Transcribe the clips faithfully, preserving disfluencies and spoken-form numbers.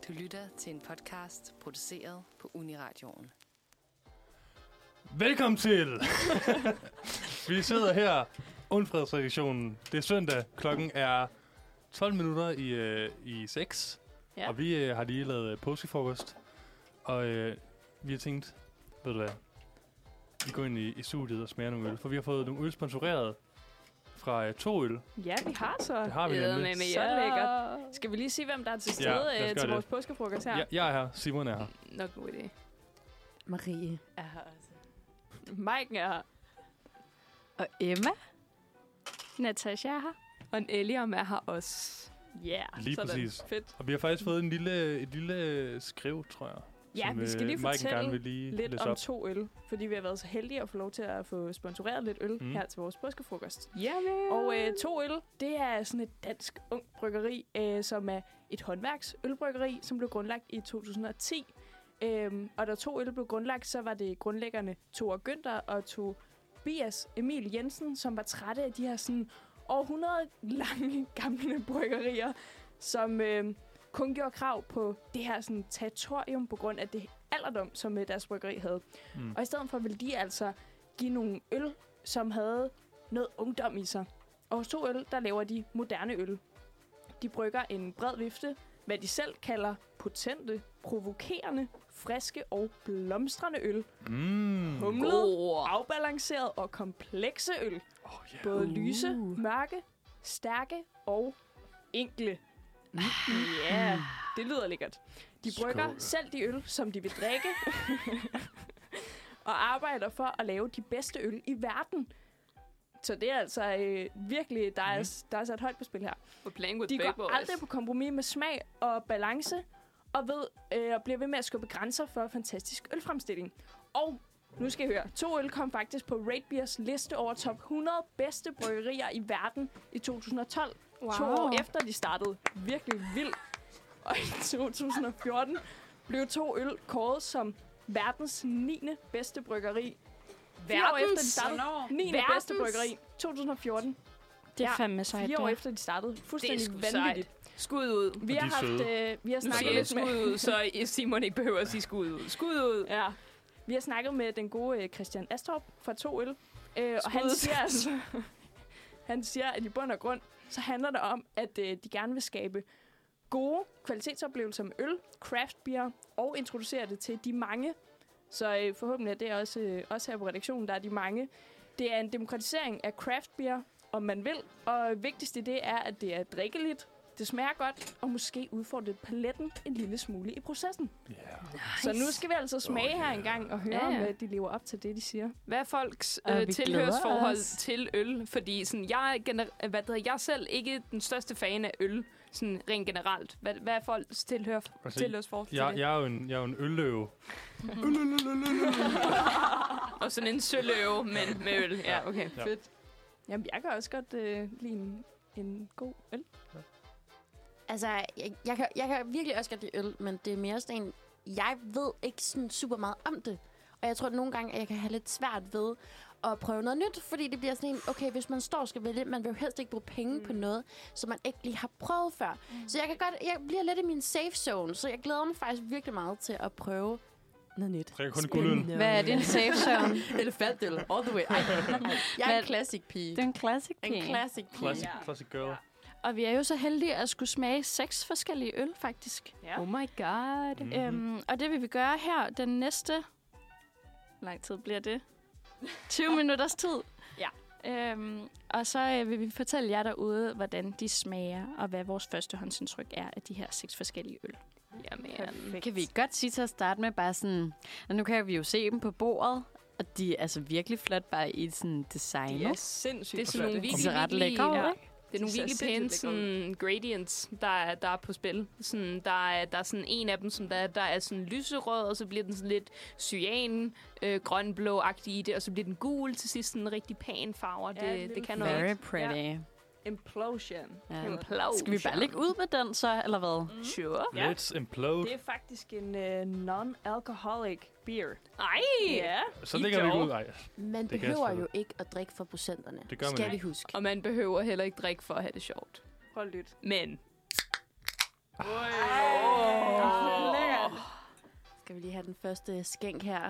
Du lytter til en podcast produceret på Uniradioen. Velkommen til! Vi sidder her, undfredsredaktionen. Det er søndag, klokken er tolv minutter i, øh, i seks. Ja. Og vi øh, har lige lavet øh, påskefrokost. Og øh, vi har tænkt, ved du hvad, vi går ind i, i studiet og smager nogle øl. For vi har fået nogle øl sponsoreret fra øh, to øl. Ja, vi har så. Det har vi nemlig. Med, med så lækkert. Skal vi lige sige, hvem der er til stede ja, øh, til det. vores påskefrokost her? Ja, jeg er her. Simon er her. Nok god idé. Marie er her også. Maiken er her. Og Emma. Natasha er her. Og en Eliam er her også. Ja, yeah, lige sådan. Præcis. Fedt. Og vi har faktisk fået en lille, et lille skriv, tror jeg. Ja, som, vi skal lige fortælle lige lidt om to øl, fordi vi har været så heldige at få lov til at få sponsoreret lidt øl mm. her til vores påskefrokost. Yeah, og øh, to øl, det er sådan et dansk ung bryggeri, øh, som er et håndværksølbryggeri, som blev grundlagt i to tusind og ti. Øhm, og da to øl blev grundlagt, så var det grundlæggerne Thor Günther og Tobias Emil Jensen, som var trætte af de her sådan århundrede lange gamle bryggerier, som øh, kun gjorde krav på det her sådan territorium på grund af det alderdom, som øh, deres bryggeri havde. Mm. Og i stedet for ville de altså give nogle øl, som havde noget ungdom i sig. Og hos to øl, der laver de moderne øl. De brygger en bred vifte, hvad de selv kalder potente, provokerende, friske og blomstrende øl. Mm. Humlet, afbalanceret og komplekse øl. Oh, yeah. Både uh. lyse, mørke, stærke og enkle. Ja, yeah, det lyder lækkert. De brygger Skål. selv de øl, som de vil drikke. og arbejder for at lave de bedste øl i verden. Så det er altså øh, virkelig, der er, mm. der er sat højt på spil her. De går boys. aldrig på kompromis med smag og balance, og ved øh, og bliver ved med at skubbe grænser for fantastisk ølfremstilling. Og nu skal I høre, to øl kom faktisk på Rate Beers liste over top hundrede bedste bryggerier i verden i to tusind og tolv. Wow. To år efter de startede. Virkelig vildt. Og i to tusind og fjorten blev to øl kåret som verdens niende bedste bryggeri. Fire år efter de startede. niende bedste bryggeri. to tusind og fjorten. Det er ja, fandme sejt. Fire år efter de startede. Fuldstændig vanvittigt. Skud ud. Vi har haft, øh, vi har snakket lidt skud ud, så Simon ikke behøver at sige skud ud. Skud ud. Ja. Vi har snakket med den gode øh, Christian Astorp fra to øl. Øh, og han siger altså, han siger, at i bund og grund, så handler det om, at øh, de gerne vil skabe gode kvalitetsoplevelser med øl, craft beer og introducere det til de mange. Så øh, forhåbentlig er det også, øh, også her på redaktionen, der er de mange. Det er en demokratisering af craft beer, om man vil. Og vigtigst i det er, at det er drikkeligt, det smager godt, og måske udfordrer paletten en lille smule i processen. Yeah. Nice. Så nu skal vi altså smage oh, yeah. her en gang og høre, ja, ja. om de lever op til det, de siger. Hvad er folks øh, tilhørsforhold til øl? Fordi sådan, jeg, er gener- hvad det, jeg er selv ikke den største fan af øl, sådan rent generelt. Hvad, hvad er folks tilhør- altså, tilhørsforhold til jeg, det? Jeg er jo en, jeg er jo en ølløve. Og sådan en søløve, men med øl. Ja, okay. Ja. Fedt. Jamen, jeg kan også godt øh, lide en, en god øl. Ja. Altså, jeg, jeg, kan, jeg kan virkelig også godt lide øl, men det er mere sådan en... Jeg ved ikke sådan super meget om det. Og jeg tror at nogle gange, at jeg kan have lidt svært ved at prøve noget nyt. Fordi det bliver sådan en, okay, hvis man står og skal vælge, man vil jo helst ikke bruge penge mm. på noget, som man ikke lige har prøvet før. Mm. Så jeg kan godt, jeg bliver lidt i min safe zone, så jeg glæder mig faktisk virkelig meget til at prøve noget nyt. Så jeg kun guldøl. Hvad er din safe zone? Elefantøl, all the way. Jeg er en classic pige. Det er en classic pige. En classic pige. Classic, classic girl. Ja. Og vi er jo så heldige at skulle smage seks forskellige øl, faktisk. Ja. Oh my god. Mm-hmm. Øhm, og det vil vi gøre her den næste... Hvor lang tid bliver det? tyve minutters tid. Ja. Øhm, og så øh, vil vi fortælle jer derude, hvordan de smager, og hvad vores førstehåndsindtryk er af de her seks forskellige øl. Jamen, kan vi godt sige til at starte med bare sådan... Og nu kan vi jo se dem på bordet, og de er altså virkelig flot bare i sådan design. De er sindssygt det er sådan nogle virkelig, ret lækre, ja. ikke? Det er nogle virkelig pæne sådan, gradients, der er, der er på spil. Sådan, der, er, der er sådan en af dem, som der, der er sådan lyserød, og så bliver den sådan lidt cyan, øh, grøn-blå-agtig i det, og så bliver den gul til sidst, sådan en rigtig pæn farver. Ja, det, det kan noget. Very pretty. Ja. Implosion. Ja. Implosion. Skal vi bare lægge ud med den så, eller hvad? Mm. Sure. Ja. Let's implode. Det er faktisk en uh, non-alcoholic beer. Ej! Ja. Så ligger vi ikke ud. Ej. Man det behøver jo ikke at drikke for procenterne. Det gør man Skal ikke. vi huske. Og man behøver heller ikke drikke for at have det sjovt. Hold lidt. Men... Oh. den første skænk her.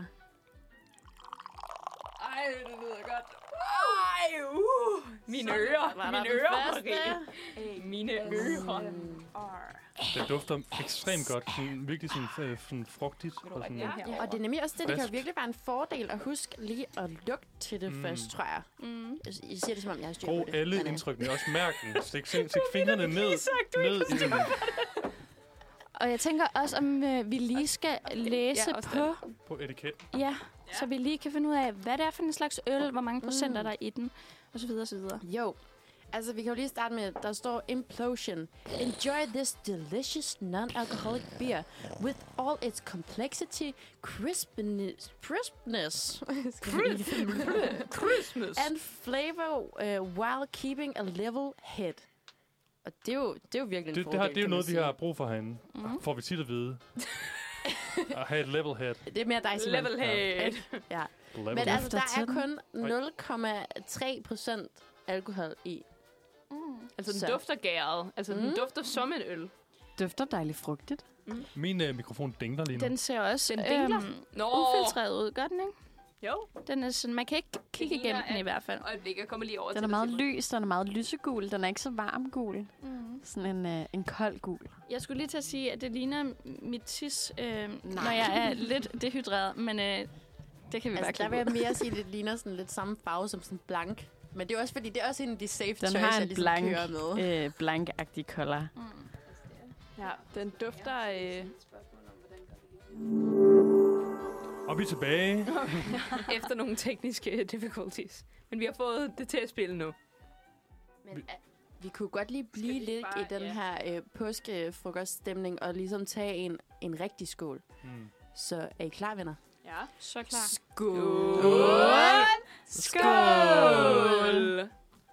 Ej, det lyder godt. Ej, uh. Mine ører. Var der Mine den ører, første? Marie. Mine ører. Mm. Det dufter ekstremt godt. Sådan, virkelig sådan, øh, sådan frugtigt. Og, sådan, Ja. Ja, og det er nemlig også det, det kan jo Frisk. virkelig være en fordel at huske lige at lugte til det Mm. mm. først, tror jeg. Mm. Jeg I siger det, som om jeg har styr brug på det. alle men, øh, indtrykkene. Også mærken. Stik, stik, stik fingrene ned, ned i den. Og jeg tænker også, om øh, vi lige skal læse Ja, også på, På etiketten. ja, ja, så vi lige kan finde ud af, hvad det er for en slags øl, hvor mange procenter Mm. der er i den, og så videre, og så videre. Jo. Altså, vi kan jo lige starte med, der står Implosion. Enjoy this delicious non-alcoholic beer with all its complexity, crispness, crispness, Christmas. and flavor uh, while keeping a level head. Og det er jo, det er jo virkelig en Det, fordel, det, har, det er jo kan man noget, vi sige. har brug for herinde. Mhm. Får vi tit at vide. At have et level head. Det er mere dig, Simon. Level head. Ja. Level Men head. altså, der til er den. kun nul komma tre procent alkohol i. Mm. Altså, den Så. dufter gæret. Altså, den Mm. dufter som en øl. Dufter dejligt frugtigt. Min øh, mikrofon dingler lige nu. Den ser også Den dingler. øhm, Nå, ufiltreret ud, gør den ikke? jo. Den er sådan, man kan ikke kigge ligner, igennem den i at- hvert fald. Øjeblik, jeg kommer lige over Den til er dig, meget Simon. lys, den er meget lysegul. Den er ikke så varm gul. Mm. Sådan en, øh, en kold gul. Jeg skulle lige til at sige, at det ligner mit tis, øh, når jeg er lidt dehydreret, men øh, det kan vi Altså, der bare vil klippe jeg mere sige, at det ligner sådan lidt samme farve som sådan blank. Men det er også fordi, det er også en af de safe Den choice, har jeg en ligesom blank, kører med. øh, blankagtig color. Mm. Ja, den dufter... Øh, Og vi er tilbage. Efter nogle tekniske difficulties. Men vi har fået det til at spille nu. Men uh, vi kunne godt lige blive vi lidt bare- i den ja. her øh, påskefrokoststemning og ligesom tage en, en rigtig skål. Mm. Så er I klar, venner? ja. Så klar. Skål! Skål!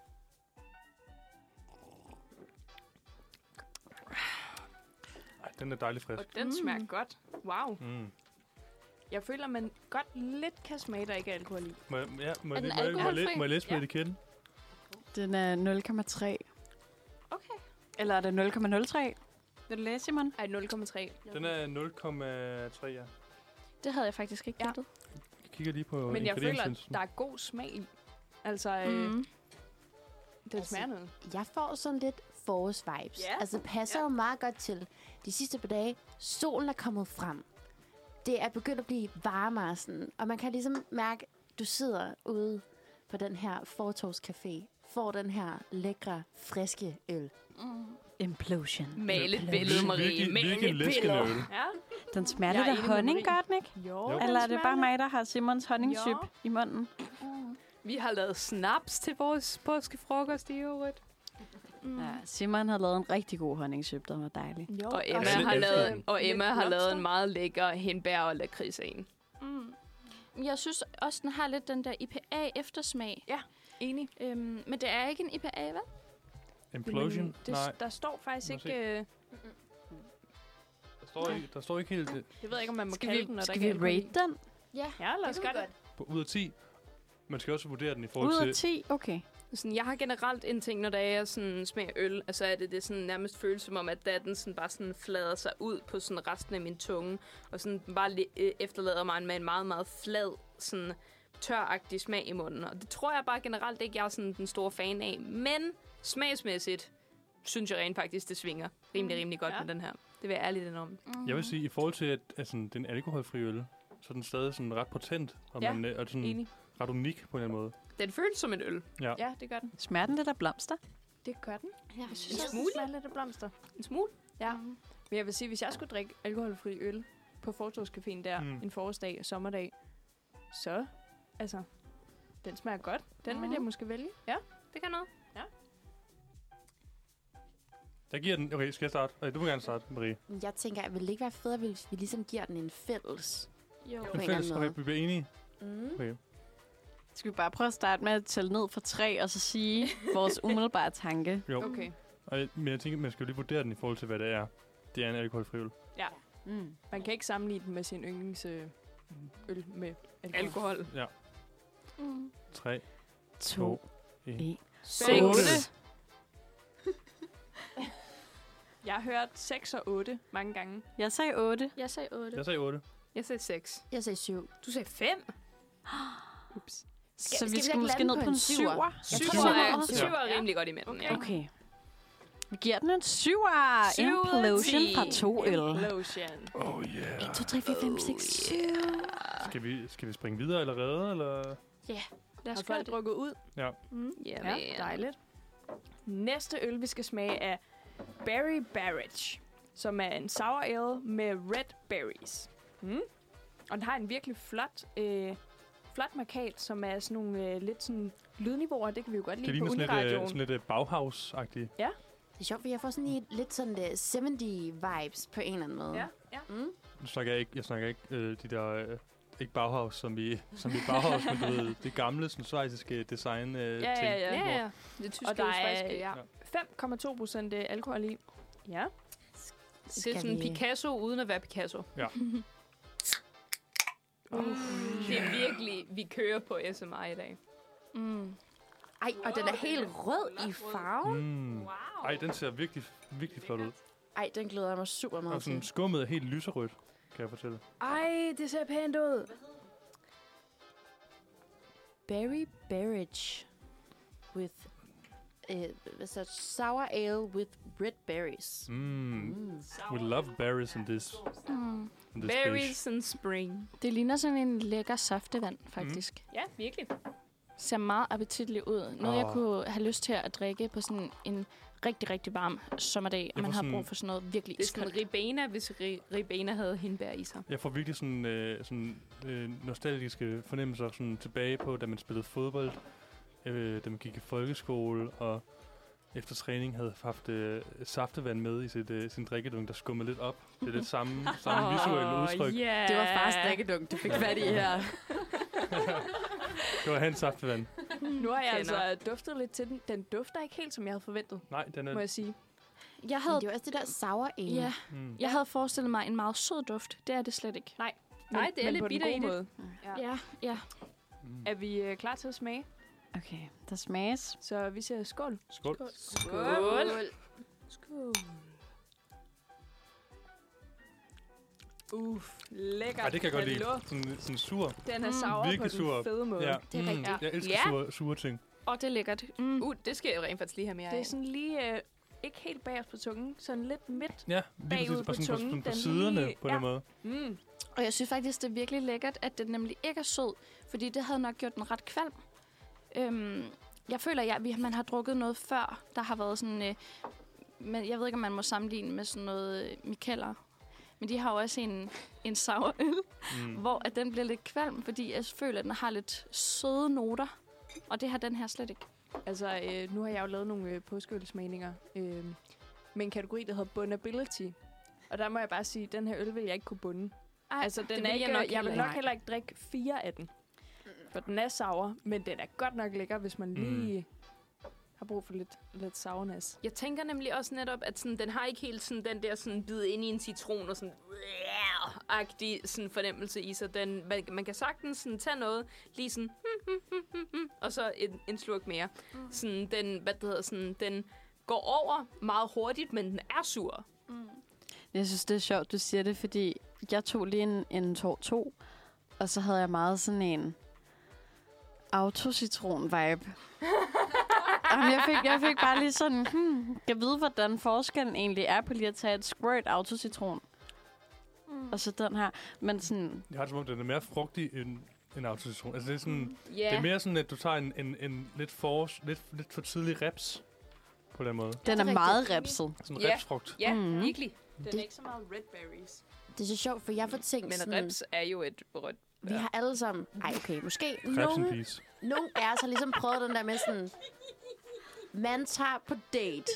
Ej, den er dejlig frisk. Og den Mm. smager godt. Wow. Mm. Jeg føler, man godt lidt kan smage, der ikke er alkohol i. Må, jeg- ja, må, Er jeg- den må, jeg- må, jeg, alkoholfri? læ- må jeg læse på Ja. etiketten? Den er nul komma tre. Okay. Eller er det nul komma nul tre? Vil du læse, Simon? Ej, nul komma tre. Den er nul komma tre, ja. Det havde jeg faktisk ikke Ja. gættet. Jeg kigger lige på Men jeg føler, at ingredienslisten. der er god smag i. Altså, øh, Mm. den smager noget. Jeg får sådan lidt forårsvibes. Ja. Altså, det passer Ja. jo meget godt til de sidste par dage. Solen er kommet frem. Det er begyndt at blive varmere, sådan, og man kan ligesom mærke, du sidder ude på den her fortovscafé, får den her lækre, friske øl. Mm. Implosion. Mal et Vir- billede, Marie. virkelig- Mal virkelig et læskende billede. øl. Ja. Den smager Jeg er lidt af enig med honning, Marie. gør den ikke? Jo, Jo. den Eller er det smager bare lidt. mig, der har Simons honningsyp Jo. i munden? Vi har lavet snaps til vores påskefrokost i øvrigt. Mm. Ja, Simon har lavet en rigtig god honningsyp, der var dejlig. Jo, Og Emma Alle har elsker lavet, den. og Emma Lidt har lavet blomster. en meget lækker hindbær og lakrids en. Mm. Jeg synes også, den har lidt den der I P A-eftersmag. Ja, enig. Øhm, men det er ikke en I P A, vel? Implosion? Men det, Nej, der står faktisk Må ikke... Øh, der står, ikke, der står ikke helt det. jeg ved ikke, om man må Skal kalde vi, den, når der skal ikke vi er alkohol i. rate den? Ja, Ja, lad os gøre det. På ud af ti. Man skal også vurdere den i forhold Ud til... af ti? Okay. Sådan, jeg har generelt en ting, når der er sådan smager øl, altså er det, det sådan nærmest føles som om, at da den sådan bare sådan flader sig ud på sådan resten af min tunge, og sådan bare li- øh, efterlader mig med en meget, meget flad, sådan tøragtig smag i munden. Og det tror jeg bare generelt ikke, jeg er sådan den store fan af. Men smagsmæssigt synes jeg rent faktisk, det svinger rimelig, rimelig godt Ja. med den her. Det vil jeg ærligt indrømme. Mm. Jeg vil sige, i forhold til, at altså, den alkoholfri øl, så er den stadig sådan ret potent, og Ja, man øh, er sådan Enig. ret unik på en eller anden måde. Den føles som en øl. Ja, det gør den. Smager den lidt af blomster? Det gør den. Ja, Jeg jeg synes synes også, den smager lidt af blomster. En smule. Ja. Mm. Men jeg vil sige, hvis jeg skulle drikke alkoholfri øl på Fortovscaféen der, Mm. mm. en forårsdag, sommerdag, så, altså, den smager godt. Den mm. vil Mhm. jeg måske vælge. Ja. Det kan noget. Jeg giver den... Okay, skal jeg starte? Okay, du må gerne starte, Marie. Jeg tænker, at vil det ikke være fedt, hvis vi ligesom giver den en fælles? Jo. På En en fælles, eller okay, anden vi bliver enige. Mm. Okay. Skal vi bare prøve at starte med at tælle ned fra tre, og så sige vores umiddelbare tanke? Jo. Okay. Og, jeg- men jeg tænker, man skal jo lige vurdere den i forhold til, hvad det er. Det er en alkoholfri øl. Mm. Man kan ikke sammenligne den med sin yndlings øh, øl med alkohol. Alkohol. Mm. tre, To, to, et. en. Seks. Jeg har hørt seks og otte mange gange. Jeg sagde otte. Jeg sagde otte. Jeg sagde otte. Jeg sagde seks. Jeg sagde syv. Du sagde fem? Ups. Så vi vi skal ikke måske lande ned på på en en syver? syver. Jeg Syv tror, er, det er syv er rimelig godt imellem, ja. Okay. Vi giver den en syver. Syv ud af Implosion ti. fra to øl. Implosion. Oh yeah. en, to, tre, fire, fem, seks, syv. Skal vi, skal vi springe videre allerede, eller? Lad Har os gøre folk det. drukket ud? Ja. Mm. Ja, Ja, men- dejligt. Næste øl, vi skal smage, er Berry Barrage, som er en sour ale med red berries. Mm. Og den har en virkelig flot, øh, flot markat, som er sådan nogle øh, lidt sådan lydniveauer. Det kan vi jo godt Det lide på ligner sådan lidt, Uniradioen. uh, sådan lidt uh, Bauhaus-agtigt. Det er sjovt, for jeg får sådan lidt, lidt sådan uh, halvfems-vibes på en eller anden måde. Ja, ja. Mm. Nu snakker jeg ikke, jeg snakker ikke øh, de der, øh, ikke Bauhaus, som i, som i Bauhaus, men du ved, det gamle, sådan svejsiske design øh, Ja, ting. ja, ja. Ja, ja. Det tyske Og der er friske, ja. fem komma to procent alkohol i. Ja. Det er sådan vi- Picasso uden at være Picasso. Ja. Uh, det er virkelig, vi kører på S M R i dag. Mm. Ej, og den er helt rød i farven. Mm. Ej, den ser virkelig, virkelig flot ud. Ej, den glæder jeg mig super Og meget sådan til. skummet er helt lyserødt, kan jeg fortælle. Ej, det ser pænt ud. Berry Barrage with uh, hvad så, sour ale with red berries. Mm. Mm. We love berries in this, Mm. in this Berries and spring. Det ligner sådan en lækker saftevand, faktisk. Ja, virkelig. Ser meget appetitlig ud. Noget, jeg Åh. kunne have lyst til at drikke på sådan en rigtig, rigtig varm sommerdag, og Jeg man får har sådan- brug for sådan noget virkelig Det er sådan iskoldt. ribena, hvis ri- ribena havde hindbær i sig. Jeg får virkelig sådan, øh, sådan øh, nostalgiske fornemmelser sådan tilbage på, da man spillede fodbold, øh, da man gik i folkeskole, og efter træning havde haft øh, saftevand med i sit, øh, sin drikkedunk, der skummede lidt op. Det er lidt samme, samme visuelle udtryk. Yeah. Det var fars drikkedunk, du fik fat i her. Det var hans saftevand. Nu har jeg Kender. altså duftet lidt til den. Den dufter ikke helt, som jeg havde forventet, Nej, den er... må jeg sige. Jeg Men havde, det var også det der sour ale. ja, Mm. jeg havde forestillet mig en meget sød duft. Det er det slet ikke. Nej, Men- det er men lidt på den bitter gode i det. måde. Ja. Ja, ja. Mm. Er vi øh, klar til at smage? Okay, der smages. Så vi siger skål. Skål. Skål. Skål. Uff, lækkert. Ej, det kan jeg godt lide. Hallo. Sådan, sådan sur. Den er Mm. sour på Virkelig den sur. fede måde. Ja. Det er rigtigt. Jeg elsker Ja. sure, sure ting. Og det er lækkert. Mm. Uh, det skal jeg jo rent faktisk lige have mere Det er af. sådan lige, øh, ikke helt bagerst på tungen, sådan lidt midt. Ja, lige Bagud præcis. på Og sådan på, tungen, sådan på den siderne lige- på ja. den måde. Mm. Og jeg synes faktisk, det er virkelig lækkert, at den nemlig ikke er sød, fordi det havde nok gjort den ret kvalm. Øhm, jeg føler, at jeg, vi, man har drukket noget før, der har været sådan... Øh, men jeg ved ikke, om man må sammenligne med sådan noget øh, Mikeller. Men de har jo også en, en sour øl, Mm. hvor at den bliver lidt kvalm, fordi jeg føler, at den har lidt søde noter. Og det har den her slet ikke. Altså, øh, nu har jeg jo lavet nogle øh, påskeølsmagninger øh, med en kategori, der hedder Bundability. Og der må jeg bare sige, at den her øl vil jeg ikke kunne bunde. Ej, Altså, den det er vil ikke, jeg nok jeg vil heller nok heller ikke drikke fire af den. For den er sour, men den er godt nok lækker, hvis man Mm. lige har brug for lidt, lidt sourness. Jeg tænker nemlig også netop, at sådan, den har ikke helt sådan, den der sådan, bid ind i en citron og sådan agtig sådan fornemmelse i sig. Den, man, man kan sagtens sådan, tage noget, lige sådan, og så en, en slurk mere. Mm. Sådan, den, hvad det hedder, sådan, den går over meget hurtigt, men den er sur. Mm. Jeg synes, det er sjovt, du siger det, fordi jeg tog lige en, en tår to, og så havde jeg meget sådan en autocitron-vibe. Jamen, jeg, fik, jeg fik bare lige sådan, hmm, jeg ved, hvordan forskellen egentlig er på lige at tage et squirt autocitron. Mm. Og så den her. Men sådan, Jeg har det som om, den er mere frugtig end, end autocitron. Altså, det er sådan... Ja, Det er mere sådan, at du tager en, en, en lidt, for, lidt, lidt for tidlig reps på den måde. den er rigtigt. meget repset. Sådan en Ja. repsfrugt. ja Mhm. virkelig. Den er ikke så meget red berries. Det er så sjovt, for jeg får tænkt Men sådan... reps er jo et rødt. Vi har alle sammen... Ej, okay, måske Reps and nogen, peas. nogen af os har ligesom prøvet den der med sådan... Man tager på date.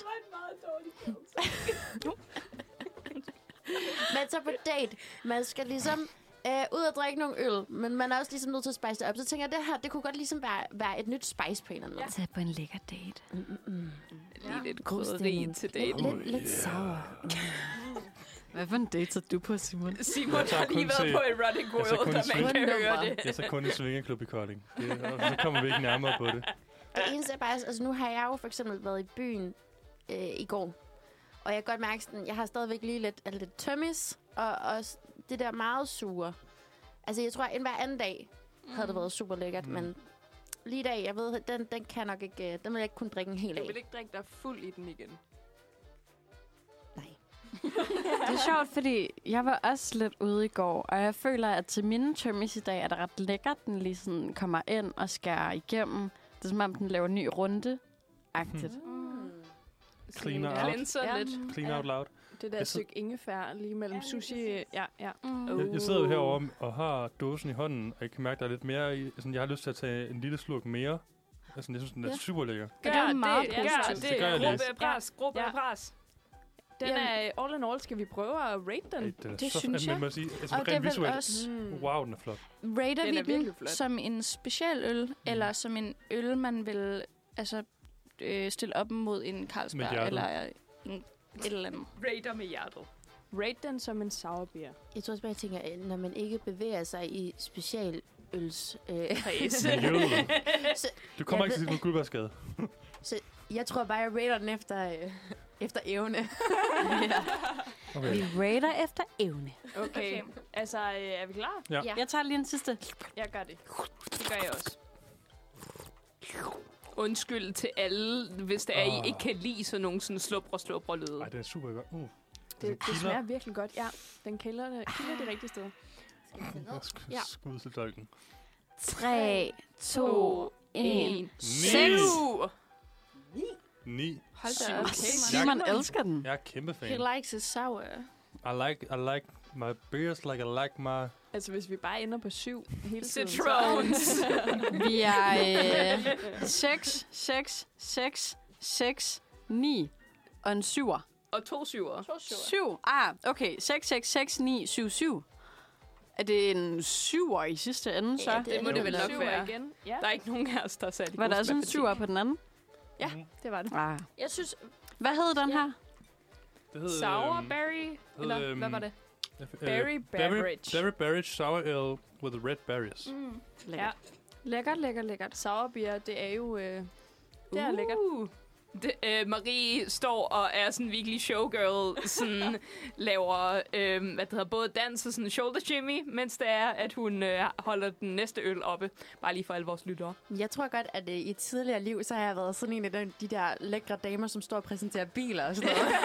Man tager på date. Man skal ligesom øh, ud og drikke nogle øl, men man er også ligesom nødt til at spice det op. Så tænker jeg, det her, det kunne godt ligesom være, være et nyt spice på en eller anden måde. Tag på en lækker date. Mm, mm, mm. Lige lidt God krydderi stemning. til Lidt, daten. lidt, lidt sour. Hvad for en date tager du på, Simon? Simon Jeg tager har lige kun været til- på Erotic jeg tager kun World, til der man kan nummer. høre det. Jeg tager kun i svingerklub i Kolding. Det, og så kommer vi ikke nærmere på det. Det eneste er bare, altså nu har jeg jo for eksempel været i byen øh, i går. Og jeg kan godt mærke, sådan, jeg har stadigvæk lige lidt, altså lidt tømmis, og, og s- det der meget sure. Altså, jeg tror, at en hver anden dag havde det været super lækkert, Mm. men lige i dag, jeg ved, den, den kan nok ikke, den vil jeg ikke kunne drikke en hel Du af. vil ikke drikke dig fuld i den igen. Nej. Det er sjovt, fordi jeg var også lidt ude i går, og jeg føler, at til mine tømmis i dag er det ret lækkert, den lige sådan kommer ind og skærer igennem. Det er som om, den laver en ny runde-agtigt. Mm. Cleaner Sådan out. Cleanser Ja. lidt. Clean Ja. out loud. Det der Jeg sidder- stykke ingefær lige mellem Ja, lige sushi. Ja, ja. Mm. Oh. Jeg, jeg sidder jo herovre og har dåsen i hånden, og jeg kan mærke, at der er lidt mere i. Sådan, jeg har lyst til at tage en lille slurk mere. Altså, jeg synes, den er Ja. super lækker. det er meget det, positivt. gør Det gør jeg det. lige. Gruppe pres, gruppe Ja. pres. Den er all in all. Skal vi prøve at rate den? Ej, den er Det så, synes men jeg. må sige, altså, Og det er rent vel visuelt. også... Mm. Wow, den er flot. Rater Den vi er den virkelig flot. som en special øl, eller som en øl, man vil altså, øh, stille op mod en Med Carlsberg, hjertet. eller en, et eller andet? Raider med hjertet. Rate den som en sour beer. Jeg tror også bare, jeg tænker, at når man ikke bevæger sig i specialøls... Øh, Præs. Miljøet. Så- Du kommer Jeg ikke til ved- dit Guldbergsgade. jeg tror bare, jeg rater den efter, øh, efter evne. Ja. Okay. Vi rater efter evne. Okay. Okay. Altså, øh, er vi klar? Ja. Ja. Jeg tager lige en sidste. Jeg gør det. Det gør jeg også. Undskyld til alle, hvis det er, I Ah. ikke kan lide sådan nogle sådan slubre, slubre lyde. Ej, det er super godt. Uh. Det, Den det kilder. smager virkelig godt. Ja, den kilder det, kilder det rigtige sted. Jeg sk- Ja. skud til dolken. tre, to, en. Seks. Uh. Ni. Hold Syv. da op. Okay. Simon elsker den. Jeg er kæmpe fan. He likes it sour. I like, I like my beers like I like my... Altså, hvis vi bare ender på syv hele tiden. så- Citrons. Vi er øh, seks, seks, seks, seks, ni og en syver. Og to syver. Syv. Ah, okay. seks, seks, seks, ni, syv, syv. Er det en syver i sidste ende, så? Ja, Ja, Det må det vel nok Syver være. igen. Ja, Der er ikke nogen af os, der er særlig var gode der til også en matematik. syver på den anden? Ja. det var det. Ah. Jeg synes, Hvad hed den her? Det hed, Sourberry? Eller øhm, hvad var det? øh, Berry Beverage. Berry Beverage Sour Ale with red berries. Mm. Ja. Lækkert, lækkert, lækkert. Sour beer, det er jo... Øh, det er lækkert. Uh. Det, øh, Marie står og er sådan virkelig showgirl, sådan laver øh, hvad det hedder, både dans og sådan shoulder shimmy, mens det er, at hun øh, holder den næste øl oppe. Bare lige for alle vores lyttere. jeg tror godt, at øh, i et tidligere liv, så har jeg været sådan en af de, de der lækre damer, som står og præsenterer biler og sådan noget.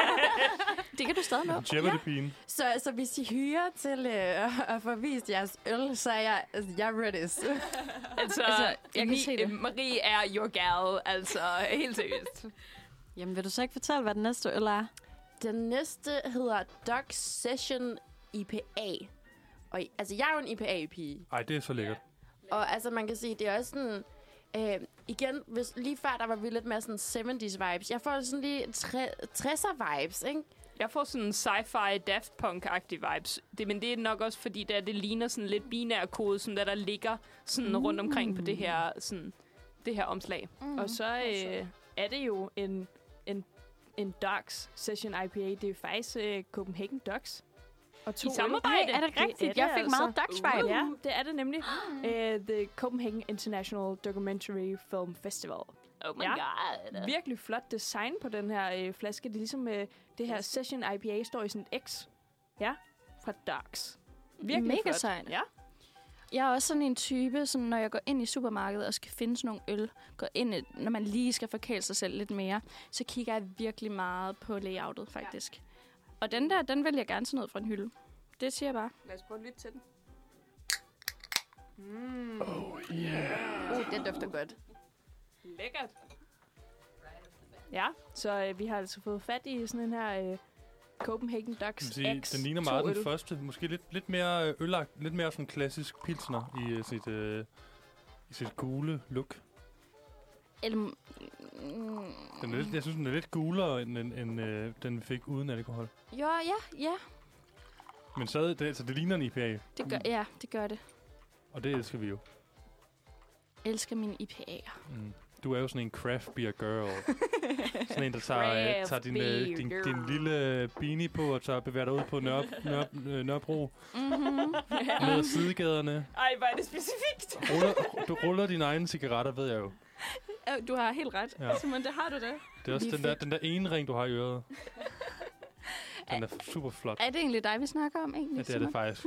Det kan du stadig nå. Jeopardy-pigen. så, så hvis I hyrer til øh, at få vist jeres øl, så er jeg, altså, jeg er ready. Altså, Altså, jeg kan Mi- se det. øh, Marie er your gal, altså helt seriøst. Jamen, vil du så ikke fortælle, hvad den næste øl er? Den næste hedder Dog Session I P A. Og i- altså, jeg er jo en I P A-pige. Ej, det er så lækkert. Og altså, man kan sige, det er også sådan... Øh, igen, hvis, lige før, der var vi lidt mere sådan halvfemserne vibes. Jeg får sådan lige tresser vibes, ikke? Jeg får sådan sci-fi Daft Punk-agtige vibes. Det, men det er nok også, fordi der, det ligner sådan lidt binær kode, som der, der ligger sådan mm. rundt omkring på det her, sådan, det her omslag. Mm. Og så øh, er det jo en, en, en Dogs Session I P A. Det er faktisk øh, Copenhagen Dogs. Og to I samarbejde? øl. Er det rigtigt? det Jeg fik altså. meget Dogs-vibe. Ja, det er det nemlig. uh, The Copenhagen International Documentary Film Festival. Oh my Ja. god. Virkelig flot design på den her øh, flaske. Det er ligesom øh, det her Session I P A står i sådan et X. Ja, fra Dogs. Virkelig Mega flot. sejt. Ja. Jeg er også sådan en type, sådan, når jeg går ind i supermarkedet og skal finde sådan nogle øl, går ind, i- når man lige skal forkæle sig selv lidt mere, så kigger jeg virkelig meget på layoutet, faktisk. Ja. Og den der, den vil jeg gerne tage ned fra en hylde. Det siger jeg bare. Lad os prøve at lytte til den. Mm. Oh, yeah. Uh, den dufter godt. Lækkert. Ja, så øh, vi har altså fået fat i sådan en her øh, Copenhagen Dogs Sige, X. den ligner to meget den øl. første. Måske lidt, lidt mere ølagt, lidt mere sådan klassisk pilsner i uh, sit, uh, i sit gule look. Eller, mm, Den er lidt, jeg synes, den er lidt gulere, end, end, end uh, den vi fik uden alkohol. jo, ja, ja, Men så det, altså, det ligner en I P A, det gør, ja, det gør det. og det elsker vi jo. Jeg elsker mine I P A'er. Mm. Du er jo sådan en craft beer girl. Sådan en, der tager, øh, Craft tager din, beer øh, din, girl. din lille beanie på og tager bevæger dig ud på Nør, Nør, øh, Nørrebro. Mm-hmm. Ned ad sidegaderne. Ej, hvor er det specifikt. Ruller, du ruller dine egne cigaretter, ved jeg jo. Du har helt ret. Ja. Ja. Simon, det har du da. Det er også Vi den der, fik- den der ene ring, du har i øret. Den er super flot. Er det egentlig dig, vi snakker om egentlig? Ja, det er det faktisk.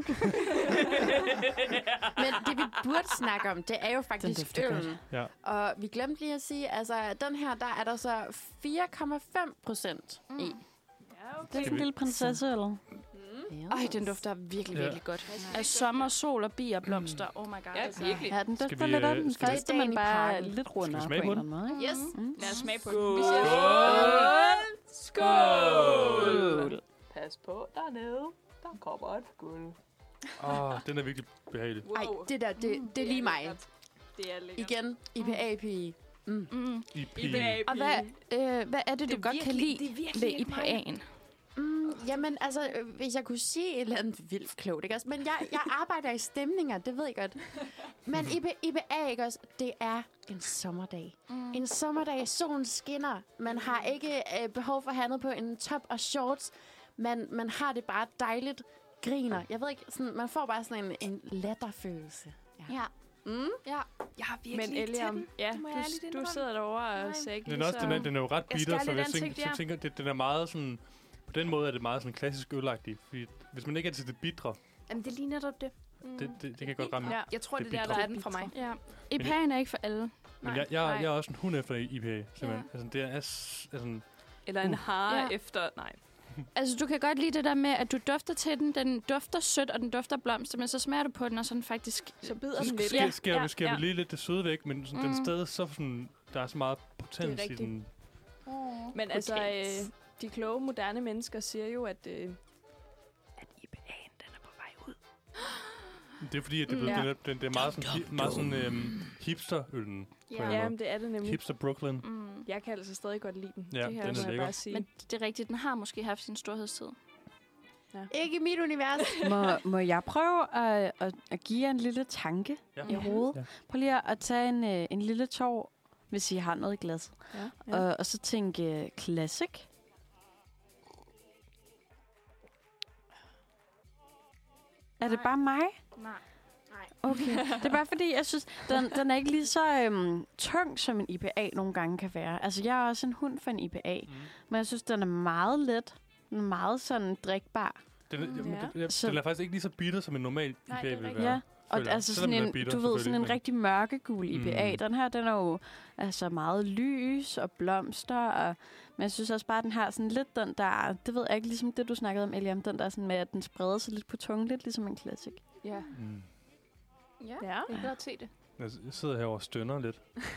Men det, vi burde snakke om, det er jo faktisk øllen. Ja. Og vi glemte lige at sige, altså den her, der er der så fire komma fem procent Mm. i. Ja, Det er okay. sådan en lille prinsesse, eller? Ej, den dufter virkelig, Ja. virkelig godt. Af sommer, sol og bier blomster. Oh my god. Ja, altså. virkelig. Ja, den Skal dufter vi, lidt af øh, den skal vi- første, men Dagen i bare parken. lidt rundere smage på på en den? eller anden måde. Yes. Mm. Lad os smage på Skål. den. Vi siger Skål! skål! Pas på dernede. Der kommer et guld. Åh, den er virkelig behagelig. Ej, det der, det, det er lige mig. Det er lækkert. Igen, I P A-pige. Mm. Mm. I P. Og hvad, øh, hvad er det, du Det er godt kan virkelig- lide det er virkelig ved ikke I P A'en? Mm, jamen, altså, øh, hvis jeg kunne sige et eller andet vildt klogt, ikke også? Men jeg, jeg arbejder i stemninger, det ved jeg godt. Men I P, I P A, ikke også? Det er en sommerdag. Mm. En sommerdag, solen skinner. Man har ikke øh, behov for at have noget på en top og shorts. Man, man har det bare dejligt, griner. Jeg ved ikke, sådan, man får bare sådan en, en latterfølelse. Ja. Mm? Ja. Jeg har virkelig Men ikke til Eliam, den. ja, Det må jeg ærligt du, du indrømme. sidder derovre og Nej. ser ikke Den lige er, også, så... den, er, den er jo ret Jeg bitter, skal så lidt jeg tænker, ansigt, så ja. tænker det, den er meget sådan... På den måde er det meget sådan klassisk ølagtig. Fordi hvis man ikke er til det bitre, Jamen, det er lige netop det. det, det, det kan godt ramme. Ja. Jeg tror, Det det, det er der, der bitre. er den fra mig. Ja. I P A'en er ikke for alle. Men jeg, jeg, nej. jeg er også en hund efter I P A, simpelthen. Ja. Altså, det er... s- Altså, Eller en Uh. hare Ja. efter... Nej. Altså, du kan godt lide det der med, at du dufter til den. Den dufter sødt, og den dufter blomster, men så smager du på den, og sådan faktisk... Så bider så den lidt. sker, Ja, sker, ja, sker ja. vi lige lidt det søde væk, men sådan, den Mm. sted, så sådan, der er så meget potens i rigtigt. den. Men altså, Potens. øh, de kloge, moderne mennesker siger jo, at... Øh, At I P A'en, den er på vej ud. Det er fordi, at det, Mm. mm, Ja. den, er, den, det er meget sådan, hi, meget sådan øhm, hipster-øllen. Ja. en ja, måde. men det er det nemlig. Hipster Brooklyn. Mm. Jeg kan altså stadig godt lide den. Ja, det den her, er må jeg lækker. bare sige. Men det er rigtigt, den har måske haft sin storhedstid. Ikke i mit univers. Må, må jeg prøve at, at, at give jer en lille tanke Ja. i hovedet? Ja. Prøv lige at tage en, øh, en lille tår, hvis I har noget i glasset. Ja, Ja. Og, og så tænke uh, classic. Er det bare mig? Nej. Okay. Det er bare fordi, jeg synes, den, den er ikke lige så øhm, tung, som en I P A nogle gange kan være. Altså, jeg er også en hund for en I P A. Mm. Men jeg synes, den er meget let. Den er meget sådan drikbar. Den, er, Mm. jamen, Ja. den, Så- den er faktisk ikke lige så bitter, som en normal I P A Nej, det er vil rigtigt. være. Ja. Og føler jeg. altså Selvom sådan den er en, bitter, du ved, sådan en selvfølgelig, men- rigtig mørkegul I P A. Mm. Den her, den er jo altså meget lys og blomster. Og, men jeg synes også bare, den har sådan lidt den der, det ved jeg ikke, ligesom det, du snakkede om, Eliam, den der sådan med, at den spreder sig lidt på tungen, lidt ligesom en classic. Ja. Mm. Ja, Ja. jeg kan godt se det. Jeg jeg sidder herovre og stønner lidt.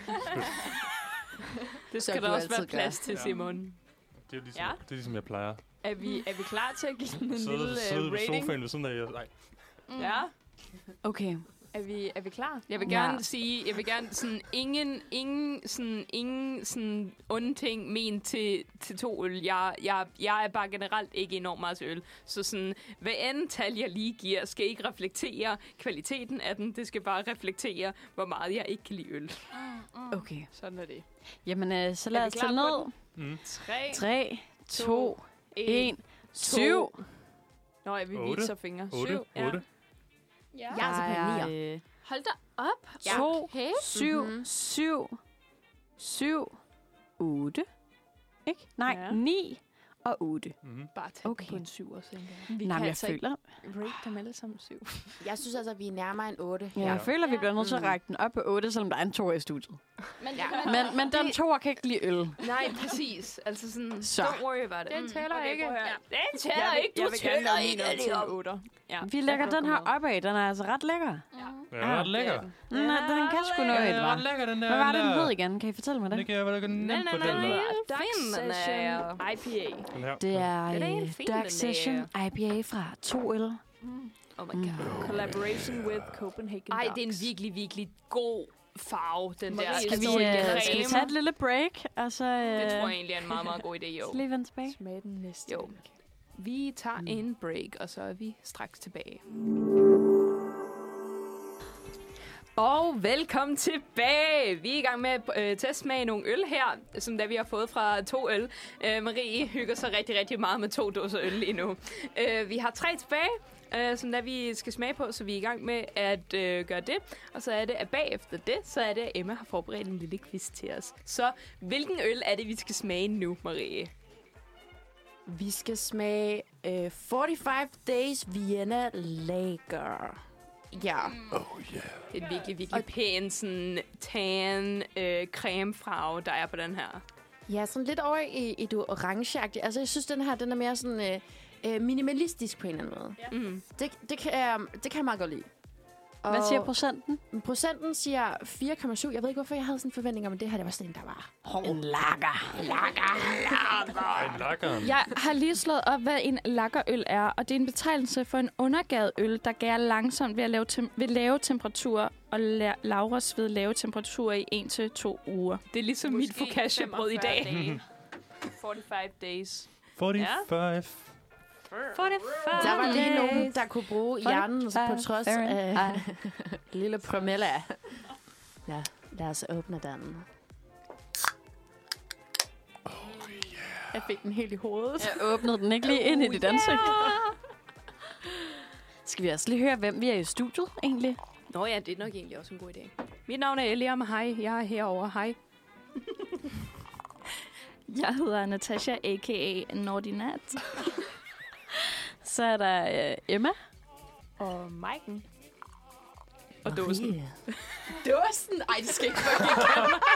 Det Så skal du der også altid være plads gør. til, Ja. Simon. Det er jo ligesom, Ja. ja. det er ligesom jeg plejer. Er vi, er vi klar til at give den en Sidde, lille sidde uh, ved rating? sofaen ved sådan af. Nej. Mm. Ja. Okay. Er vi, er vi klar? Jeg vil Ja. gerne sige, jeg vil gerne sådan ingen, ingen, sådan, ingen sådan onde ting men til, til to øl. Jeg, jeg, jeg er bare generelt ikke enormt meget til øl. Så sådan, hvad end tal jeg lige giver, skal ikke reflektere kvaliteten af den. Det skal bare reflektere, hvor meget jeg ikke kan lide øl. Mm, mm. Okay. Sådan er det. Jamen, øh, så lad vi os klar tage på ned. Mm. Tre, tre, to, en, en, syv. Nå, jeg vil Otte. vise fingre. otte. Syv. Ja. otte. Ja. Jeg er altså på en nier. øh, Hold da op. to, Okay. syv, Mhm. syv, syv, otte. Ikke? Nej, Ja. ni og otte. Mm. Bare tag Okay. okay. på en syv og tænker. Vi Nej, kan men jeg altså føler, ikke rate dem alle sammen syv. Jeg synes altså, at vi er nærmere en otte. ja, jeg føler, vi bliver nødt til at Mhm. række den op på otte, selvom der er en toer i studiet. Men, Ja. Men, men den toer kan ikke lide øl. Nej, præcis. Altså sådan, Så. don't worry about it. Den tæller Okay, ikke. prøv at høre. Ja. Den tæller jeg vil, ikke. Du jeg vil gerne tæller have ikke min op til en alligevel. otter. Ja. Vi lægger Jeg den kan her godt gå opad. Den er altså ret lækker. Mm. Ja, ret lækker. Den, er, den kan sgu noget, Ja, hva'? ret lækker, den der. Hvad var det, den der. hed igen? Kan I fortælle mig Det det? kan jeg vel ikke Nej, nemt nej, fortælle nej. dig. med. Dark Fin, den Session er. I P A. Den her. Det er Den er øh, helt fin, den Dark er. Session I P A fra to øl. Mm. Oh my Mm. god. Collaboration with Copenhagen Ej, det er en Ducks. virkelig, virkelig god farve, den Marie, der. skal Skal vi, står i øh, creme. skal vi tage et lille break, og så øh, Det tror jeg egentlig er en meget, meget god idé, jo. så lige vende tilbage? Smag den næste. Jo. Vi tager Mm. en break, og så er vi straks tilbage. Og velkommen tilbage. Vi er i gang med at øh, testsmage nogle øl her, som da vi har fået fra to øl. Øh, Marie hygger sig rigtig, rigtig meget med to dåser øl lige nu. Øh, vi har tre tilbage, øh, som da vi skal smage på, så vi er i gang med at øh, gøre det. Og så er det, at bagefter det, så er det, at Emma har forberedt en lille quiz til os. Så hvilken øl er det, vi skal smage nu, Marie? Vi skal smage øh, forty-five Days Vienna Lager. Ja. Oh yeah. Det er en virkelig, virkelig pæn sådan tan øh, cremefarve, der er på den her. Ja, sådan lidt over i, i det orangeagtige. Altså, jeg synes, den her den er mere sådan øh, øh, minimalistisk på en eller anden måde. Ja. Mm. Det, det, kan jeg, det kan jeg meget godt lide. Og Hvad siger procenten? procenten siger fire komma syv. Jeg ved ikke, hvorfor jeg havde sådan en forventning om, at det her det var sådan en, der var hård. En lager. En lakkeren. Jeg har lige slået op, hvad en lakkerøl er, og det er en betegnelse for en undergavet øl, der gærer langsomt ved, at lave, tem- ved lave temperaturer og la- lagres ved lave temperaturer i en til to uger. Det er ligesom mit focaccia-brød i dag. Dage. forty-five days. forty-five. Der var lige nogen, der kunne bruge hjernen på trods af lille promille. Ja, lad os åbne den. Jeg fik den helt i hovedet. Jeg åbnede den ikke lige ind i dit ansigt. Skal vi også lige høre, hvem vi er i studiet egentlig? Nå ja, det er nok egentlig også en god idé. Mit navn er Eliam, hej. Jeg er herovre, hej. Jeg hedder Natasha, a k a. Naughty Nat. Så er der øh, Emma. Og Maiken. Og dåsen. Dåsen? Ej, det skal ikke fucking kalde mig.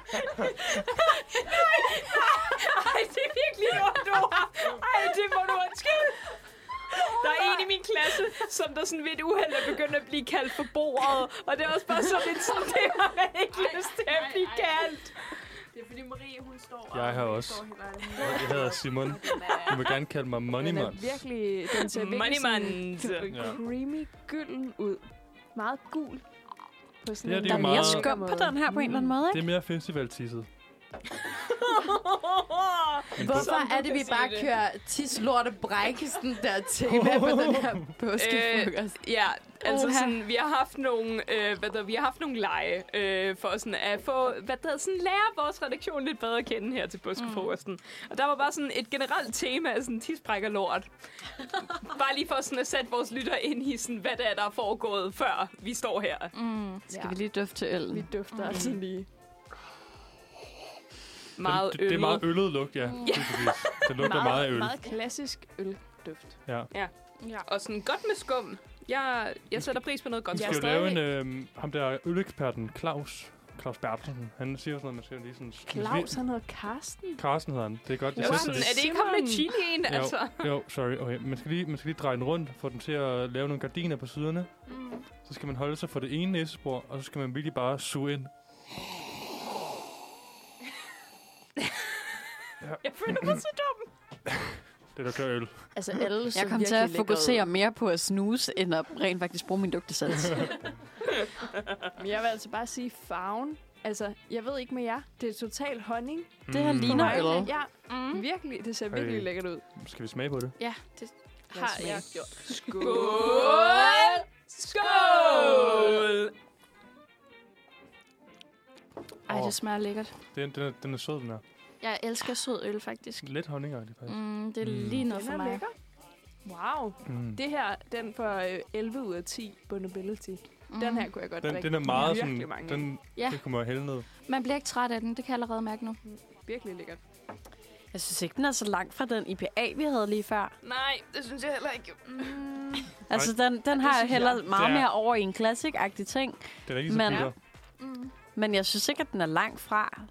Ej, det er virkelig ondt, du har. Ej, det må du undskylde. Der er en i min klasse, som der sådan ved et uheld er begyndt at blive kaldt for bordet. Og det er også bare sådan lidt sådan, det har man ikke lyst til at blive kaldt. Det er fordi Marie, hun står Jeg har også. Jeg hedder Simon. Du må gerne kalde mig Money Den er Man. virkelig, den ser virkelig Money sådan Ja. creamy gylden ud. Meget gul. På sådan Ja, en det er Der er mere meget- skum på den her på en eller anden måde, Det ikke? er mere festival-tisset. Hvorfor er det, vi bare kører tis, lort og brække sådan der tema på den her påskefrokost? Ja, altså Oha. sådan, vi har haft nogle, øh, hvad der, vi har haft nogle lege øh, for sådan at få, hvad der sådan lære vores redaktion lidt bedre at kende her til påskefrokosten. Mm. Og der var bare sådan et generelt tema af sådan tisbrækker lort. Bare lige for sådan at sætte vores lytter ind i sådan, hvad det er, der er foregået, før vi står her. Mm. Skal vi lige dufte til øllen? Vi dufter mm. altså lige. Meget det, det, det er øllet. meget øllet lugt, ja. Det, det lugter meget af øl. Meget klassisk ølduft. Ja. Ja. Og sådan godt med skum. Jeg, jeg sætter pris på noget godt. Vi Jeg skal er jo lave stadig- en, øh, ham der øleksperten, Claus. Claus Bertelsen. Han siger sådan noget, man skal lige sådan... Claus, han hedder Karsten. Carsten hedder han. Det er godt, Det jeg var sætter sådan, det. er det ikke ham med chilien, Jo, altså? jo, sorry. Okay. Man, skal lige, man skal lige dreje den rundt, få den til at lave nogle gardiner på siderne. Mm. Så skal man holde sig for det ene næsespor, og så skal man virkelig bare suge ind. Jeg føler mig så dum. Det der kører øl. Altså, alle så Jeg kom til at fokusere mere på at snuse, end at rent faktisk bruge min dugtesans. Men jeg vil altså bare sige farven. Altså, jeg ved ikke med jer. Det er total honning. Det her Mm. ligner For mig. øl. Ja, Mm. virkelig. Det ser virkelig Hey. lækkert ud. Skal vi smage på det? Ja, det Lad har os jeg smage. gjort. Skål! Skål! Ej, Åh. det smager lækkert. Den, den, er, den er sød, den er. Jeg elsker sød øl, faktisk. Lidt honningagtig, faktisk. Mm, det er Mm. lige noget Den for er mig. lækker. Wow. Mm. Det her, den får øh, elleve ud af ti Bonnability. Mm. Den her kunne jeg godt Den, drikke. den er meget virkelig sådan... mange. Den, Ja. det kunne man hælde ned. Man bliver ikke træt af den, det kan jeg allerede mærke nu. Virkelig lækkert. Jeg synes ikke, den er så langt fra den I P A, vi havde lige før. Nej, det synes jeg heller ikke. Mm. Altså, den, den har synes heller jeg. meget Det er- mere over i en classic-agtig ting. Den er ikke så Men- bitter. Mm. Men jeg synes ikke, at den er langt fra.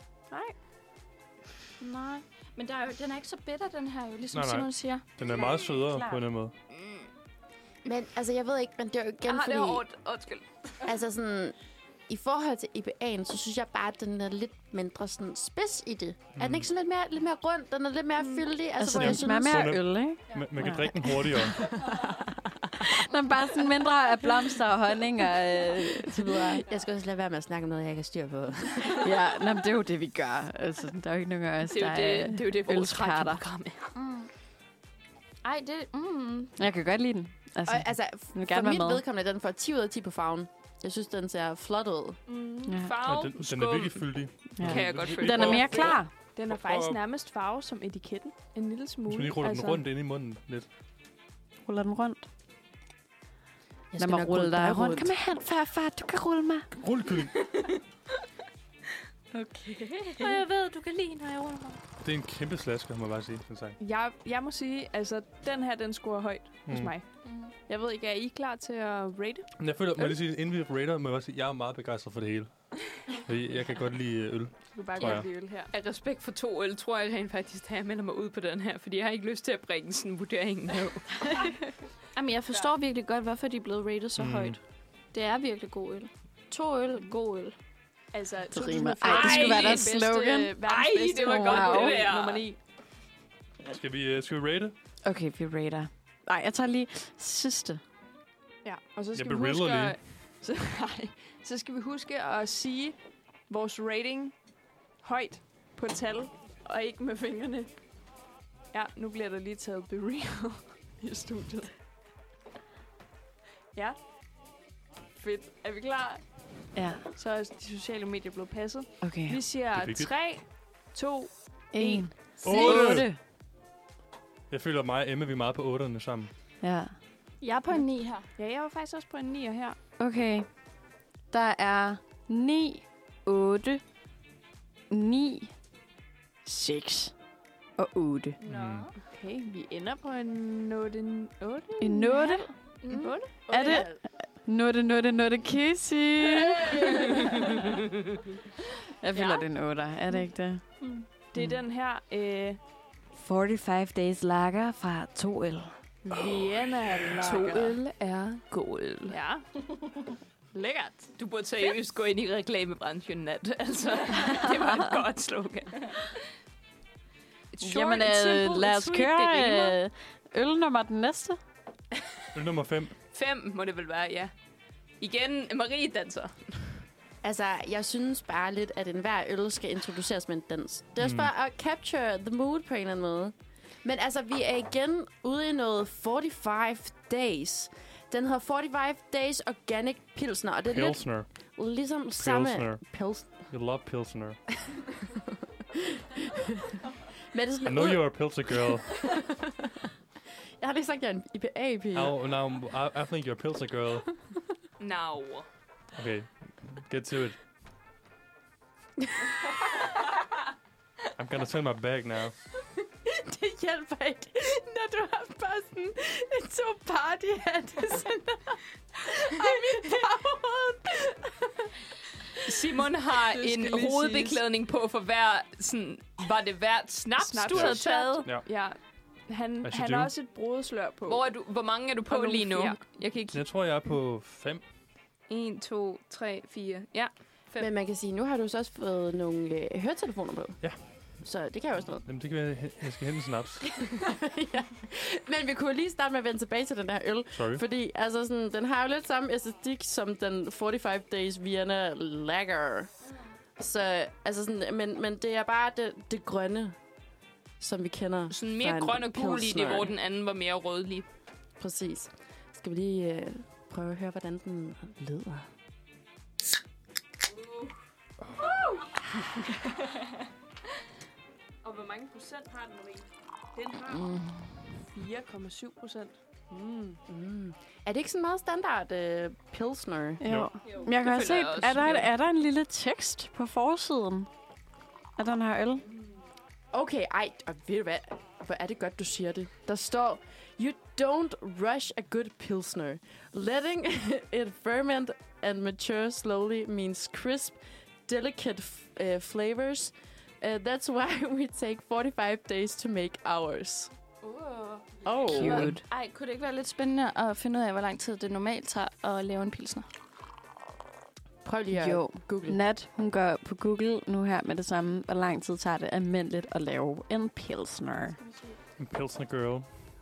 Nej, men der er jo, den er ikke så bitter, den her, jo, ligesom Nej, nej. Simon siger. Den er meget sødere Klart. på en eller anden måde. Men altså, jeg ved ikke, men det er jo Jeg igen, har det fordi... hårdt. Undskyld. Altså sådan... I forhold til I P A'en, så synes jeg bare, at den er lidt mindre sådan spids i det. Mm. Er den ikke sådan lidt mere, lidt mere rund? Den er lidt mere fyldig? Altså, Altså, hvor den jeg smager synes... mere Sådan øl, ikke? Man, man kan Ja. drikke den hurtigere. Den er bare sådan mindre af blomster og honning og øh, så videre. Jeg skal også lade være med at snakke om noget, jeg ikke har styr på. Ja, nå, men det er jo det, vi gør. Altså, der er jo ikke nogen af os, Det er der jo det, det, er jo det vores ølskarter. radioprogram er. Mm. Ej, det... Mm. Jeg kan godt lide den. Altså, Og, altså, vil for gerne være mit med. vedkommende, den får ti ud af ti på farven. Jeg synes, den ser flot ud. Mm. Ja. Farve, Ja, den, den er skum. virkelig fyldig. Ja. Kan jeg godt følge. Den er mere klar. Den er faktisk nærmest farve som etiketten. En lille smule. Du skal lige rulle altså. den rundt ind i munden lidt. Ruller den rundt. Jeg Lad skal mig nok rulle dig rundt. rundt. Kom hen, farfar. Du kan rulle mig. Rullekylling. Og jeg ved, du kan lide, når jeg ruller mig. det er en kæmpe slasker, må jeg bare sige. Den sang. Jeg, jeg må sige, altså, den her, den scorer højt mm. hos mig. Mm. Jeg ved ikke, er I klar til at rate? Men jeg føler, må jeg lige sige, inden vi rater, må jeg bare sige, jeg er meget begejstret for det hele. Fordi jeg kan godt lide øl. Du kan bare Tror jeg. godt lide øl her. Af respekt for to øl, tror jeg rent faktisk, at jeg melder mig ud på den her, fordi jeg har ikke lyst til at bringe sådan en vurdering ned. Jamen, jeg forstår virkelig godt, hvorfor de er blevet rated så Mm. højt. Det er virkelig god øl. To øl, god øl. Altså, Det rimer. to tusind og fjorten Ej, det skulle være er deres bedste- slogan. verdens Ej, bedste det var år. godt, Wow. det der. Nummer ni. Skal vi, uh, skal vi rate? Okay, vi rater. Nej, jeg tager lige sidste. Ja, og så skal Jeg vi huske beriller at, så, nej, så skal vi huske at sige vores rating højt på tal, og ikke med fingrene. Ja, nu bliver der lige taget be real i studiet. Ja. Fedt. Er vi klar? Ja, Så er de sociale medier blevet passet. okay. Vi Det siger er vigtigt. tre, to, En. Otte. Otte. Jeg føler, at mig og Emma, vi er meget på otterne sammen. Ja. Jeg er på en ni her. Ja, jeg var faktisk også på en nier her. Okay. Der er ni, otte, ni, seks og otte. Nå. Okay, vi ender på en otte. otte? En otte? En otte? Er det? Nutte, nutte, nutte, kissy. Jeg føler, Ja. det er en otter. Er det ikke det? Det er den her øh, fireogfyrre days lager fra to øl. Vienna To Lager. øl er god øl. Ja. Lækkert. Du burde seriøst gå ind i reklamebranchen, Nat. Altså, det var et godt slogan. Short Jamen, and øh, simple, lad and os sweet, det rimer. køre øh, ølnummer den næste. Øl nummer fem. Fem må det vel være, ja. Igen, Marie danser. Altså, jeg synes bare lidt, at enhver øl skal introduceres med en dans. Det er også Mm. bare at capture the mood på en eller anden måde. Men altså, vi er igen ude i noget forty-five days. Den hedder forty-five days Organic Pilsner, og det er Pilsner. lidt ligesom samme... Pilsner. Pils. You love Pilsner. Men det er I sådan know ud- you're a Pilsner girl. Jeg har lige sagt, at jeg er en I P A-pige. Now, now I, I think you're a Pilsner girl. Now. Okay, get to it. I'm gonna turn my back now. Det hjælper ikke, når du har bare sådan en to partyhatte sådan og mit baghoved. Simon har Det skal en lige hovedbeklædning på for hver, sådan, var det hvert snaps, Snaps. du havde Ja. taget? Ja. Ja. Han, Hvad han siger har du? også et brodeslør på. Hvor, er du, hvor mange er du på Og nogle lige nu? fjer. Jeg kan ikke... Jeg tror, jeg er på fem. en, to, tre, fire. Ja. Fem. Men man kan sige, nu har du så også fået nogle øh, høretelefoner på. Ja. Så det kan jo også noget. Jamen, det kan være, jeg skal hente en snaps. Ja. Men vi kunne lige starte med at vende tilbage til den her øl. Sorry. Fordi altså sådan, den har jo lidt samme æstetik som den forty-five days Vienna Lager. Så, altså sådan, men, men det er bare det, det grønne, som vi kender. Sådan fra mere en grøn og gul i det, pilsner. hvor den anden var mere rødlig. Præcis. Skal vi lige øh, prøve at høre, hvordan den lyder? Og hvor mange procent har den, Marie? Den har Mm. fire komma syv procent. Mm. Mm. Er det ikke sådan meget standard øh, pilsner? Jo. Jo. Men jeg kan Det også se, føler jeg også, er der, jo. er der en lille tekst på forsiden af den her øl? Okay, ej, og ved du hvad? Hvor er det godt, du siger det. Der står, you don't rush a good pilsner. Letting it ferment and mature slowly means crisp, delicate f- uh, flavors. Uh, that's why we take forty-five days to make ours. Oh. Cute. Ej, kunne det ikke være lidt spændende at finde ud af, hvor lang tid det normalt tager at lave en pilsner? Prøv lige at Jo. google. Nat, hun går på Google nu her med det samme. Hvor lang tid tager det almindeligt at lave en pilsner? En Pilsner girl.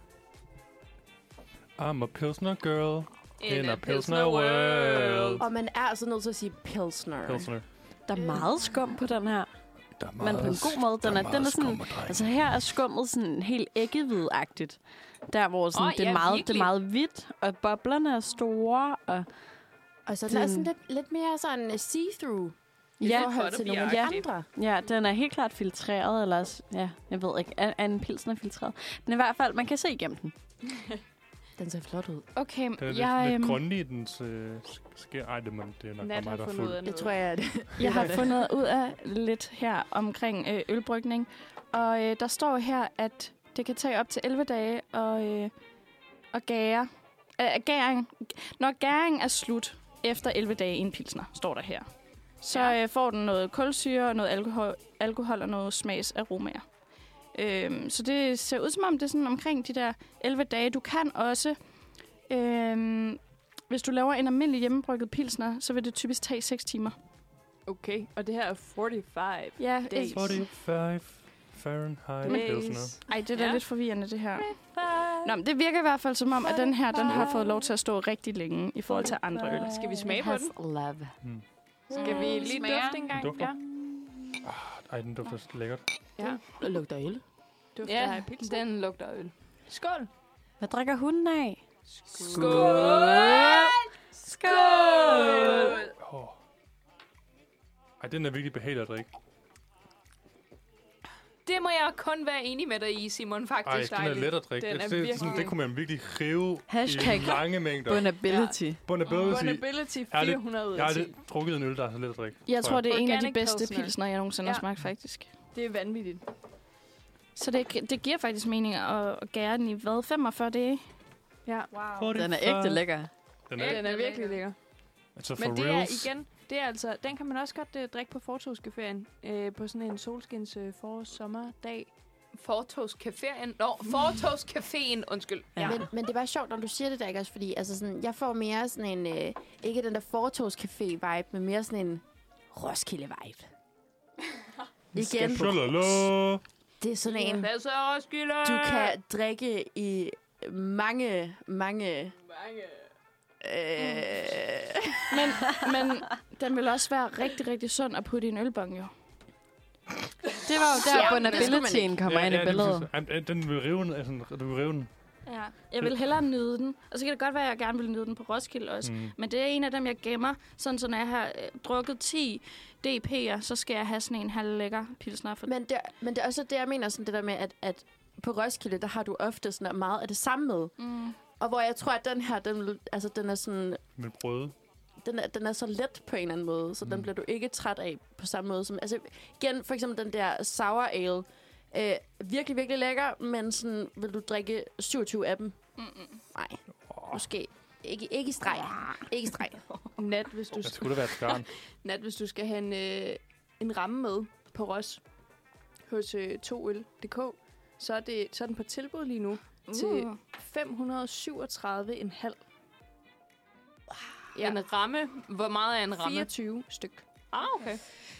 I'm a Pilsner girl. In a Pilsner world. Og man er altså nødt til at sige pilsner. Pilsner. Der er meget skum på den her. Der er Men på en god måde. Den er, den er sådan, altså her er skummet sådan helt æggehvidagtigt. Der hvor sådan, Åh, det, er ja, meget, det er virkelig. meget hvidt, og boblerne er store. Og Og så den er Den- sådan lidt, lidt mere sådan uh, see-through. I ja, forhold til nogle Ja. andre. ja, den er helt klart filtreret, eller s- ja, jeg ved ikke, er, er en pilsner filtreret. Men i hvert fald, man kan se igennem den. Den ser flot ud. Okay, Den er lidt, jeg, lidt øhm, grønlig i dens øh, skær. Ej, det, man, det er nok Nat bare har mig, der er fundet ud fuld. af Det noget. tror jeg, at jeg har fundet ud af lidt her omkring øh, ølbrygning. Og øh, der står her, at det kan tage op til elleve dage og, øh, og gære. Øh, gæring. Når gæring er slut efter elleve dage i en pilsner, står der her, så øh, får den noget kulsyre, noget alkohol, alkohol og noget smagsaromaer. Øhm, så det ser ud som om, det er sådan omkring de der elleve dage. Du kan også, øhm, hvis du laver en almindelig hjemmebrygget pilsner, så vil det typisk tage seks timer. Okay, og det her er fireogfyrre Ja, days. fireogfyrre Fahrenheit. Men- Pilsner. Ej, det er da Ja. lidt forvirrende, det her. Nå, men det virker i hvert fald som om, at den her, den har fået lov til at stå rigtig længe i forhold til andre øl. Skal vi smage It på has den? love. Mm. Skal vi lige Smager. dufte en gang? Dufter. Ja. Ej, den dufter lækkert. Ja. Det lugter øl. Dufter Ja, af pilsner. den lugter øl. Skål! Hvad drikker hunden af? Skål! Skål! Oh. Ej, den er virkelig behagelig at drikke. Det må jeg kun være enig med dig i, Simon, Ej, faktisk. den er dejligt. let at drikke. Den er det, det, virkelig- sådan, det kunne man virkelig rive Hashtag i lange mængder. Bunability. Bundability. Bundability Jeg har lidt- fire hundrede ud Jeg har af ti. aldrig drukket en øl, der er så let at drikke. Jeg tror, det er en af de Organic bedste Pilsner. pilsner, jeg nogensinde har Ja. smagt, faktisk. Det er vanvittigt. Så det, det giver faktisk mening at, at gære den i, hvad, femogfyrre dage? Ja. Wow. Den er ægte lækker. Den Ja, er, den er virkelig lækker. altså for Men det er reals. igen, det er altså, den kan man også godt uh, drikke på fortogscaféen øh, på sådan en solskins uh, forårs-sommerdag. Fortogscaféen. Nå, Fortogscaféen, undskyld. Ja. Men, men det er bare sjovt, når du siger det der, ikke også? Fordi altså sådan, jeg får mere sådan en, øh, ikke den der fortogscafé-vibe, men mere sådan en Roskilde-vibe. Igen, Shalala. det er sådan en, Hvad så, Roskilde? du kan drikke i mange, mange... Øh, Men, men den vil også være rigtig, rigtig sund at putte i en ølbong, jo. Det var jo der, Ja, ja, men det skulle man bunabilityen kommer ind i det er billedet. præcis. Ej, Den vil rive den. Altså, du vil rive den. Ja. Jeg vil hellere nyde den. Og så kan det godt være, at jeg gerne vil nyde den på Roskilde også. Mm. Men det er en af dem, jeg gemmer. Sådan, så når jeg har øh, drukket ti D P'er, så skal jeg have sådan en halv lækker pilsner. For men, det, men det er også det, jeg mener, sådan det der med, at, at på Roskilde, der har du ofte sådan meget af det samme med. mm. Og hvor jeg tror, at den her, den, altså, den er sådan... Med brød. Den er, den er så let på en eller anden måde, så mm. den Mm. bliver du ikke træt af på samme måde som... Altså, igen, for eksempel den der sour ale. Øh, virkelig, virkelig lækker, men sådan, vil du drikke syvogtyve af dem? Mm-mm. Nej, måske. Ikke, ikke i streg. Ikke i streg. Nat, hvis du, Det skulle da være et skarn. nat, hvis du skal have en, øh, en ramme med på Ros hos øh, to øl punktum d k, så er, det, så er den på tilbud lige nu til Uh. fem hundrede syvogtredive komma fem. Ja. En ramme. Hvor meget er en ramme? fireogtyve styk. Ah, okay.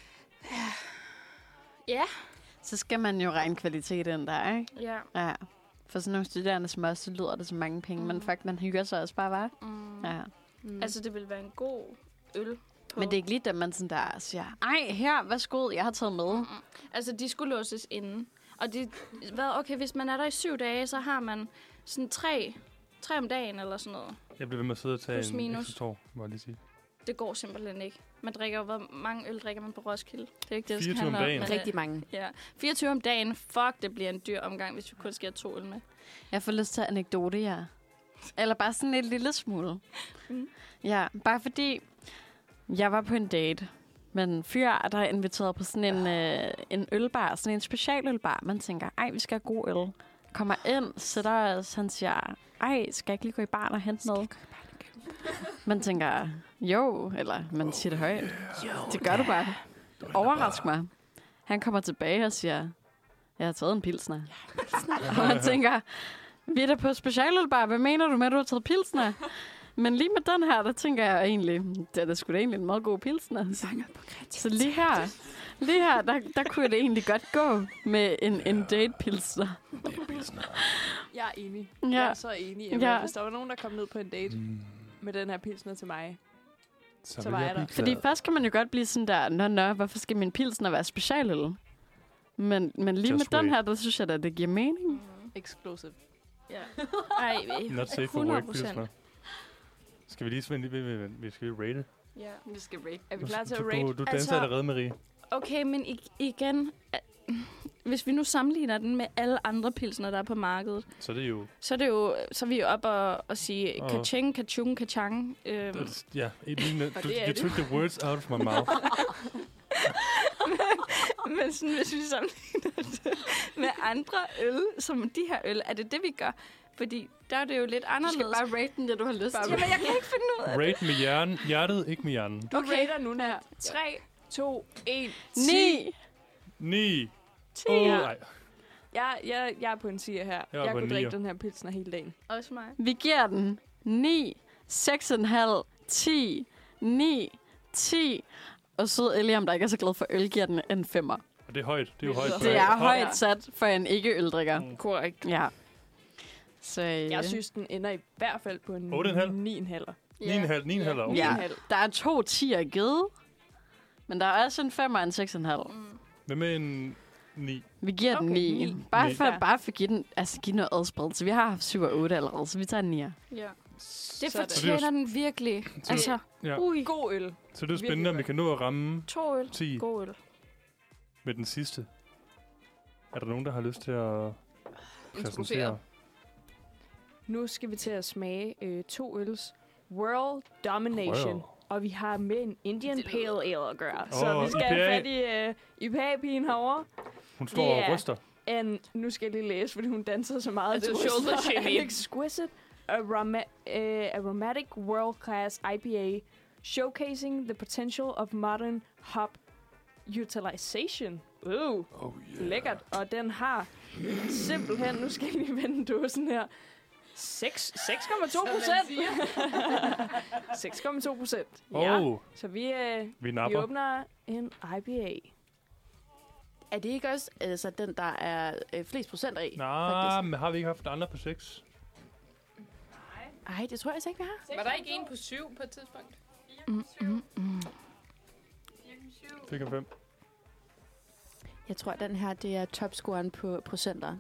Ja. Så skal man jo regne kvalitet ind der, ikke? Ja. Ja. For sådan nogle studerende som os, så lyder det så mange penge. Mm. Men fuck, man hygger sig også bare, var. Mm. Ja. Mm. Altså, det vil være en god øl. På. Men det er ikke lige dem, man sådan der siger, ej, her, værsgo, jeg har taget med. Mm-mm. Altså, de skulle låses inden. Og de, hvad, okay, hvis man er der i syv dage, så har man sådan tre, tre om dagen eller sådan noget. Jeg bliver ved med at sidde og tage Plus en minus. ekstra tår, må jeg lige sige. Det går simpelthen ikke. Man drikker jo, hvor mange øl drikker man på Roskilde? Det er ikke det, det skal fireogtyve om handle dagen. om. men, Rigtig mange. Ja. fireogtyve om dagen. Fuck, det bliver en dyr omgang, hvis vi kun skal have to øl med. Jeg får lyst til anekdote, ja. Eller bare sådan et lille smule. Mm. Ja, bare fordi jeg var på en date med en fyr, der er inviteret på sådan en, øh, en ølbar, sådan en specialølbar. Man tænker, ej, vi skal have god øl. Kommer ind, sætter os, han siger, ej, skal jeg ikke lige gå i baren og hente noget? Man tænker, jo, eller man siger det højt. Det gør du bare. Overrask mig. Han kommer tilbage og siger, jeg har taget en pilsner. Og man tænker, vi er da på specialølbar. Hvad mener du med, at du har taget pilsner? Men lige med den her, der tænker jeg egentlig, det er da sgu da egentlig en meget god pilsner. Så, så lige her, lige her der, der kunne det egentlig godt gå med en, en date-pilsner. Jeg er enig. Ja. Jeg er så enig. Emma. Ja. Hvis der var nogen, der kom ned på en date Mm. med den her pilsner til mig. Så, Så vil var jeg jeg der. blive Fordi glad. først kan man jo godt blive sådan der, nå, nå, hvorfor skal min pilsner være specialøl? Men, men lige Just med den wait. her, der synes jeg da, det giver mening. Mm. Exclusive. Ja. Ej, Not safe for hundrede work, procent. pilsner. Skal vi lige svinde lige ved, vi skal lige rate? Ja. Vi skal rate. Er vi klar til at Du, rate? du, du danser Altså- allerede, Marie. Okay, men i- igen, øh, hvis vi nu sammenligner den med alle andre pilsner, der er på markedet, Så er det jo... så er det jo, så er vi jo op og, og sige Åh. kaching, kachung, kachang. Øhm, det er- Ja, et lignende. Og Du, det er you det. took the words out of my mouth. Men sådan, hvis vi sammenligner det med andre øl, som de her øl, er det det, vi gør? Fordi der er det jo lidt Du anderledes. skal bare rate den, det du har lyst til. Jamen, jeg kan ikke finde ud af det. Rate med hjernen. Hjertet, ikke med hjernen. Du okay. rater nu her. tre, to, et, Ni. ni. ti. Åh, Ja. nej. Jeg, jeg, jeg er på en tier her. Jeg Jeg, er jeg på en kunne drikke nier. den her pilsner hele dagen. Også mig. Vi giver den ni, seks komma fem, ti, ni, ti. Og sød Eliam, der ikke er så glad for øl, giver den en femmer. Og det er højt. Det er jo Det højt. lyder for- Det er højt. højt sat for en ikke-øldrikker. Mm. Korrekt. Ja. Så øh, Jeg synes, den ender i hvert fald på en otte komma fem. ni komma fem. ni komma fem. ni komma fem. Okay. Ja. der er to tier givet, men der er også en femmer og en seks komma fem. Mm. Hvad med en ni? Vi giver Okay, den ni. ni. Bare Ni. for, Ja. bare for at give den, altså give noget adspredelse. Vi har haft syv og otte allerede, så vi tager en nier. Ja. Det Sådan. fortjener den virkelig. Så- Altså, Ja. Ui. God øl. Så det er spændende, om vi kan nå at ramme to øl. ti God øl. med den sidste. Er der nogen, der har lyst til at præsentere? Nu skal vi til at smage øh, to øls World Domination. Wow. Og vi har med en Indian Det Pale Ale at gøre. Åh, Så vi skal have I P A. fat i øh, I P A-pigen herovre. Hun står Det er- og ryster. And nu skal jeg lige læse, fordi hun danser så meget. Altså Det var shoulder så shimmy. Exquisite aroma- uh, aromatic world-class I P A showcasing the potential of modern hop utilization. Uh, Oh, yeah. lækkert. Og den har simpelthen, nu skal jeg lige vende dåsen her, seks komma to procent. seks komma to procent. Ja, Oh, så vi, øh, vi vi napper. åbner en I P A. Er det ikke også altså, den, der er øh, flest procent af? Nej, faktisk? men har vi ikke haft andre på seks? Ej, det tror jeg altså ikke, vi har. Var der ikke en på syv på et tidspunkt? Mm, mm, mm. fire komma fem. Jeg tror, at den her, det er topscoren på procenter.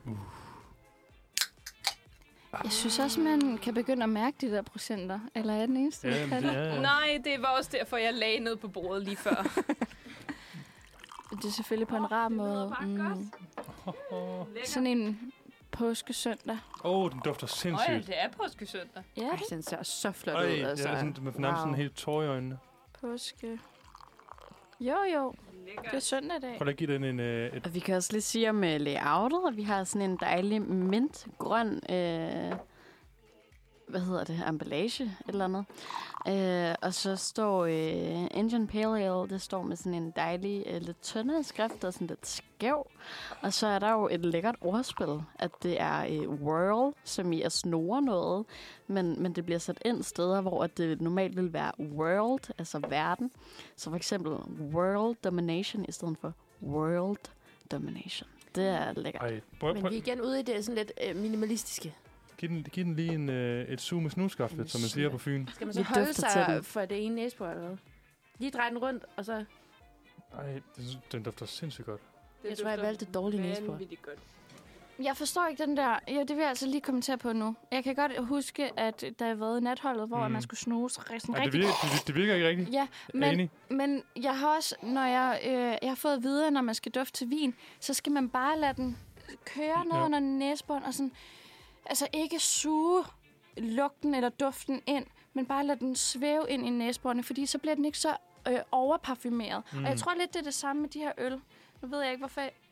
Jeg synes også, man kan begynde at mærke de der procenter. Eller er den eneste, der Ja, kan det det? er... Nej, det var også derfor, jeg lagde ned på bordet lige før. Det er selvfølgelig på en rar måde. Mm. Sådan en påskesøndag. Åh, oh, den dufter Øj, sindssygt. det er påskesøndag. Ja, Ej, den ser så flot Ej, ud. det Altså. er sådan, man får nærmest sådan Wow. helt tår i øjnene. påske. Jo, jo. Det er søndag i dag. Prøv lige at give den en, øh, et... Og vi kan også lige sige om uh, layoutet, at vi har sådan en dejlig mintgrøn, øh, hvad hedder det, emballage, et eller andet. Øh, og så står øh, Indian Pale Ale, det står med sådan en dejlig, øh, lidt tyndere skrift, og sådan lidt skæv. Og så er der jo et lækkert ordspil, at det er øh, world, som i at snore noget, men, men det bliver sat ind steder, hvor at det normalt vil være world, altså verden. Så for eksempel world domination i stedet for world domination. Det er lækkert. Ej, prøv, Men prøv, vi er igen ude i det sådan lidt øh, minimalistiske. giv, den, giv den lige en, øh, et zoom med snusskaftet, som man siger på Fyn. Skal man Vi så holde dufter til sig den. for det ene næsebord eller hvad? Lige dreje den rundt, og så... Ej, den, den dufter sindssygt godt. Jeg tror, jeg valgte et dårligt næsebord. Vanvittigt godt. Jeg forstår ikke den der... Ja, det vil jeg altså lige kommentere på nu. Jeg kan godt huske, at der har været natholdet, hvor Mm. man skulle snuse rigtig. Ej, det, virker, det, det virker ikke rigtigt. Ja, Men, men, enig. men jeg har også, når jeg, øh, jeg har fået at vide, at når man skal dufte til vin, så skal man bare lade den køre ned Ja. ja. under næsebånd, og sådan, altså ikke suge lugten eller duften ind, men bare lade den svæve ind i næsebåndet, fordi så bliver den ikke så øh, overparfumeret. Mm. Og jeg tror lidt, det er det samme med de her øl. Nu ved jeg ikke, hvorfor... Jeg...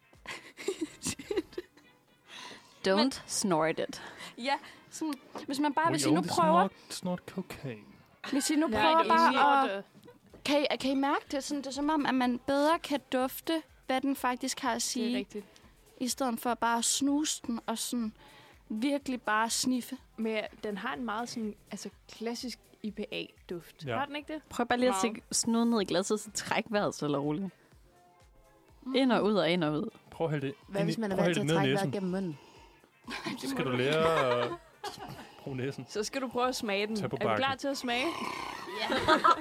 Don't Men- snort it. Ja, sådan, hvis man bare, We hvis I nu only prøver, Snort, snort cocaine. hvis I nu Ja, prøver det er bare enig. at... Kan I, kan I mærke det? Sådan, det er som om, at man bedre kan dufte, hvad den faktisk har at Det er sige, rigtigt. i stedet for bare at snuse den og sådan virkelig bare sniffe. Men den har en meget sådan, altså klassisk I P A-duft. Ja. Ja. Har den ikke det? Prøv bare lige at Meget. stikke snuden ned i glasset, så træk vejret så roligt. Ind og ud og ind og ud. Prøv at hælde det, Hvad ind i- hvis man er prøv vant hælde til det at ned i trække vejret næsen. gennem munden? Så skal du lære at bruge næsen. Så skal du prøve at smage den. Tag på Er du bakken. klar til at smage? Ja.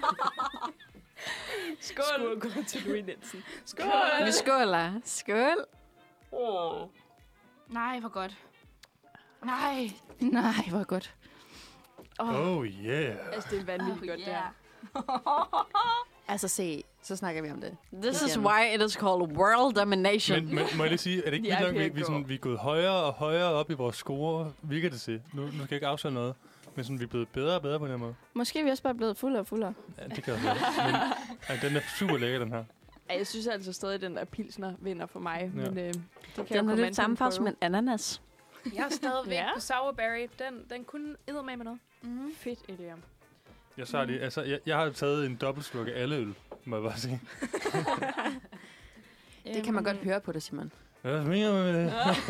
Skål. Skål går til Louis Nielsen. Skål. Vi skåler. Skål. Oh. Nej, hvor godt. Nej, nej, hvor godt. Oh yeah. Altså, det er vanvittigt godt, det her. Altså se, så snakker vi om det. This is Igen. why it is called world domination. Men, men må jeg lige sige, er det ikke Ja, vildt nok, vi, Pierre vi, sådan, vi er gået højere og højere op i vores score, virker det til. Nu, nu skal jeg ikke afsløre noget, men sådan, vi er blevet bedre og bedre på den her måde. Måske er vi også bare blevet fuldere og fuldere. Ja, det kan jeg også være. Men ja, den er super lækker, den her. Ja, jeg synes altså stadig, at den der pilsner vinder for mig. Ja. Men øh, det kan Den er lidt samme farve som en ananas. Jeg er stadigvæk Ja. på sourberry. Den, den kunne eddermame med noget. Mm. Fedt, Eliam. Jeg, så lige, altså, jeg, jeg har taget en dobbeltsluk af alle øl, må jeg bare sige. Det kan man godt høre på dig, Simon. Hvad mener du med det?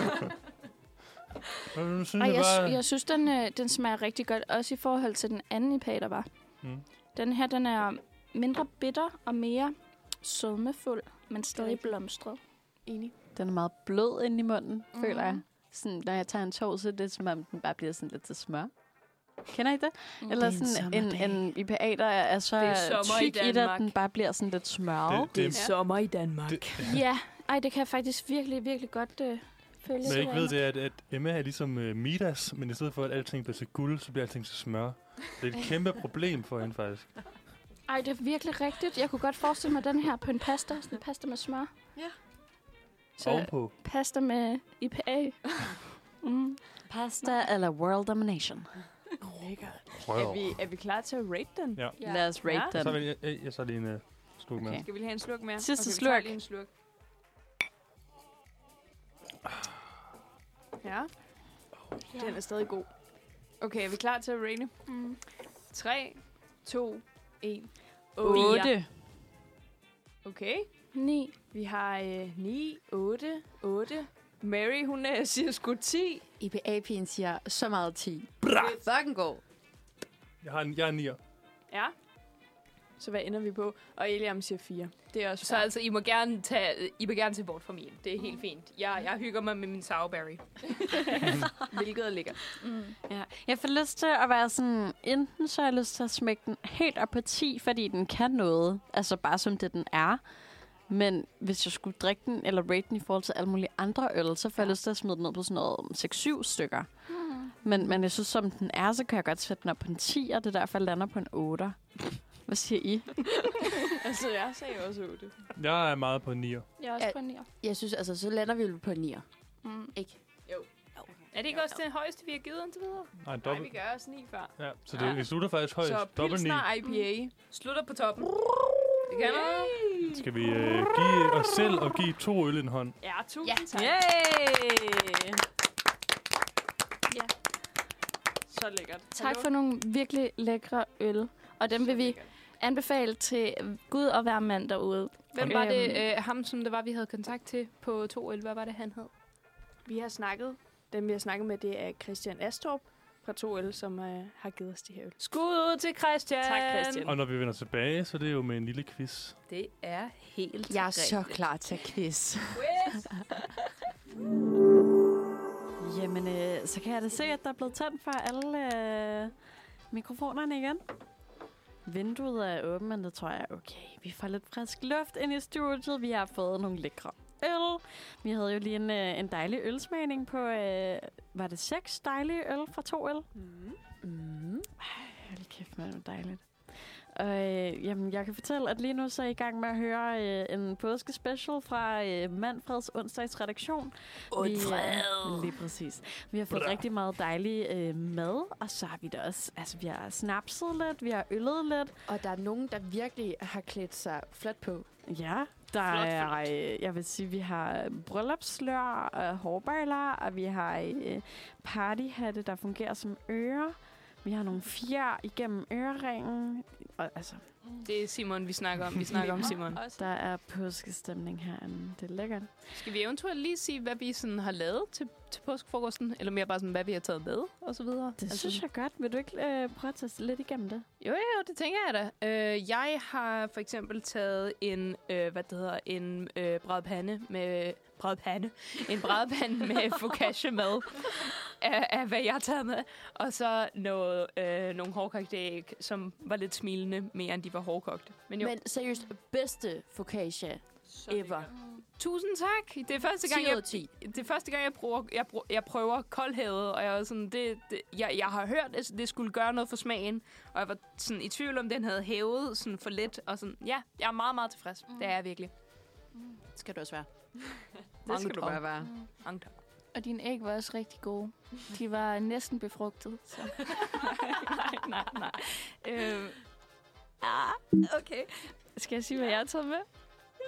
Jeg synes, Ej, jeg jeg, bare... sy- jeg synes, den, øh, den smager rigtig godt, også i forhold til den anden I P A, der var. Mm. Den her, den er mindre bitter og mere sødmefuld, men stadig blomstret. Enig. Den er meget blød inde i munden, Mhm. føler jeg. Sådan, når jeg tager en tår, så er det som om, den bare bliver sådan lidt til smør. Kender I det? Mm. Eller Det er en sådan en, sommerdag. en I P A, der er så Det er sommer i tyk i det, at Danmark. den bare bliver sådan lidt smørret. Det- Det er sommer i Danmark. Det, Ja, ej, det kan jeg faktisk virkelig, virkelig godt øh, føle. men jeg ikke ved, det er, at, at Emma er ligesom uh, Midas, men i stedet for, at alting bliver til guld, så bliver alting til smør. Det er et kæmpe problem for hende, faktisk. Ej, det er virkelig rigtigt. Jeg kunne godt forestille mig den her på en pasta. Sådan en pasta med smør. Ja. Så Ovenpå. pasta med I P A. mm. Pasta eller world domination. Lækkert. Wow. Er vi, er vi klar til at rate den? Ja. Ja. Lad os rate Ja. Så den. vil jeg, jeg, jeg så lige en uh, sluk med. Okay. Skal vi lige have en sluk mere? Sidste okay, vi slurk. tager lige en sluk. Ja, den er stadig god. Okay, er vi klar til at rate? Mm. tre, to, et. otte. Okay. ni. Vi har øh, ni, otte, otte. Mary, hun øh, siger sgu ti. I P A-pigen siger så meget ti. Bra! Fucking god. Jeg har en, jeg er en nier. Ja. Så hvad ender vi på? Og Eliam siger fire. Det er også Så fair. altså, I må gerne tage, I må gerne tage bort fra min. Det er helt fint. Jeg, jeg hygger mig med min sourberry. Hvilket er lækkert. Mm. Ja. Jeg får lyst til at være sådan, enten så har jeg lyst til at smække den helt op på ti, fordi den kan noget. Altså bare som det den er. Men hvis jeg skulle drikke den, eller rate den i forhold til alle mulige andre øl, så får jeg lyst til at smide den ned på sådan noget seks syv stykker. Mm. Men, men jeg synes, som den er, så kan jeg godt sætte den op på en ti, og det er derfor, jeg lander på en otte. Hvad siger I? Altså, jeg sagde også otte. Jeg er meget på en nier. Jeg er også Ja. på en nier. Jeg synes, altså, så lander vi jo på en nier. Mm. Ikke? Er det ikke også det højeste, vi har givet indtil videre? Nej, Nej, dobbelt. vi gør også ni før. Ja, så det, vi slutter faktisk højst. Så Dobbelt ni. Pilsner I P A. Slutter på toppen. Det kan noget. Skal vi øh, give os selv og give to øl en hånd? Ja, tusind Ja. tak. Yay! Ja. Så lækkert. Tak for nogle virkelig lækre øl. Og dem vil vi anbefale til Gud og hver mand derude. Hvem Øhm, var det, øh, ham som det var, vi havde kontakt til på to el? Hvad var det, han hed? Vi har snakket, dem vi har snakket med, det er Christian Astorp fra to L, som øh, har givet os de her øl. Skud ud til Christian. Tak, Christian. Og når vi vender tilbage, så det er jo med en lille quiz. Det er helt Jeg er så klar til quiz. Jamen, øh, så kan jeg da se, at der er blevet tændt for alle øh, mikrofonerne igen. Vinduet er åbent, men det tror jeg er okay. Vi får lidt frisk luft ind i studiet. Vi har fået nogle lækre øl. Vi havde jo lige en, øh, en dejlig ølsmagning på, øh, var det seks dejlige øl fra to L? Mm. Mm. Hold kæft, man, det er dejligt. Og øh, jamen, jeg kan fortælle, at lige nu så er jeg i gang med at høre øh, en påskespecial fra øh, Manfreds onsdagsredaktion. Vi, øh, lige præcis. Vi har fået Bra. rigtig meget dejlig øh, mad, og så har vi da også, altså vi har snapset lidt, vi har øllet lidt. Og der er nogen, der virkelig har klædt sig flot på. Ja, der Flot, er, øh, jeg vil sige, vi har bryllupsslør og hårbejler, og vi har øh, partyhatte, der fungerer som ører. Vi har nogle fjer igennem øreringen. Og, altså, Det er Simon, vi snakker om. Vi snakker om Simon. der er påskestemning herinde. Det er lækkert. Skal vi eventuelt lige sige, hvad vi sådan har lavet til, til påskefrokosten? Eller mere bare sådan, hvad vi har taget med, og så videre? Det altså, synes jeg godt. Vil du ikke øh, prøve at tage lidt igennem det? Jo, jo, det tænker jeg da. Øh, jeg har for eksempel taget en, øh, hvad det hedder, en øh, bradpande med bradpande. En bradpande med focaccia med af, af, hvad jeg har taget med. Og så noget, øh, nogle hårdkogte æg, som var lidt smilende, mere end de var hårdkogte. Men jo, Men seriøst, bedste focaccia ever. tusind tak. Det er første gang, ti ud jeg, af ti. det er første gang, jeg prøver, jeg, prøver, jeg prøver koldhavet, og jeg, er sådan, det, det, jeg, jeg har hørt, at det skulle gøre noget for smagen, og jeg var sådan i tvivl om, den havde hævet sådan for lidt, og sådan, ja, jeg er meget, meget tilfreds. Mm. Det er jeg virkelig. Det skal du også være. Det skal du bare være. Mange tak. Og dine æg var også rigtig gode. De var næsten befrugtet. Så. nej, nej, nej. Øhm, ah, okay. Skal jeg sige, hvad jeg har taget med?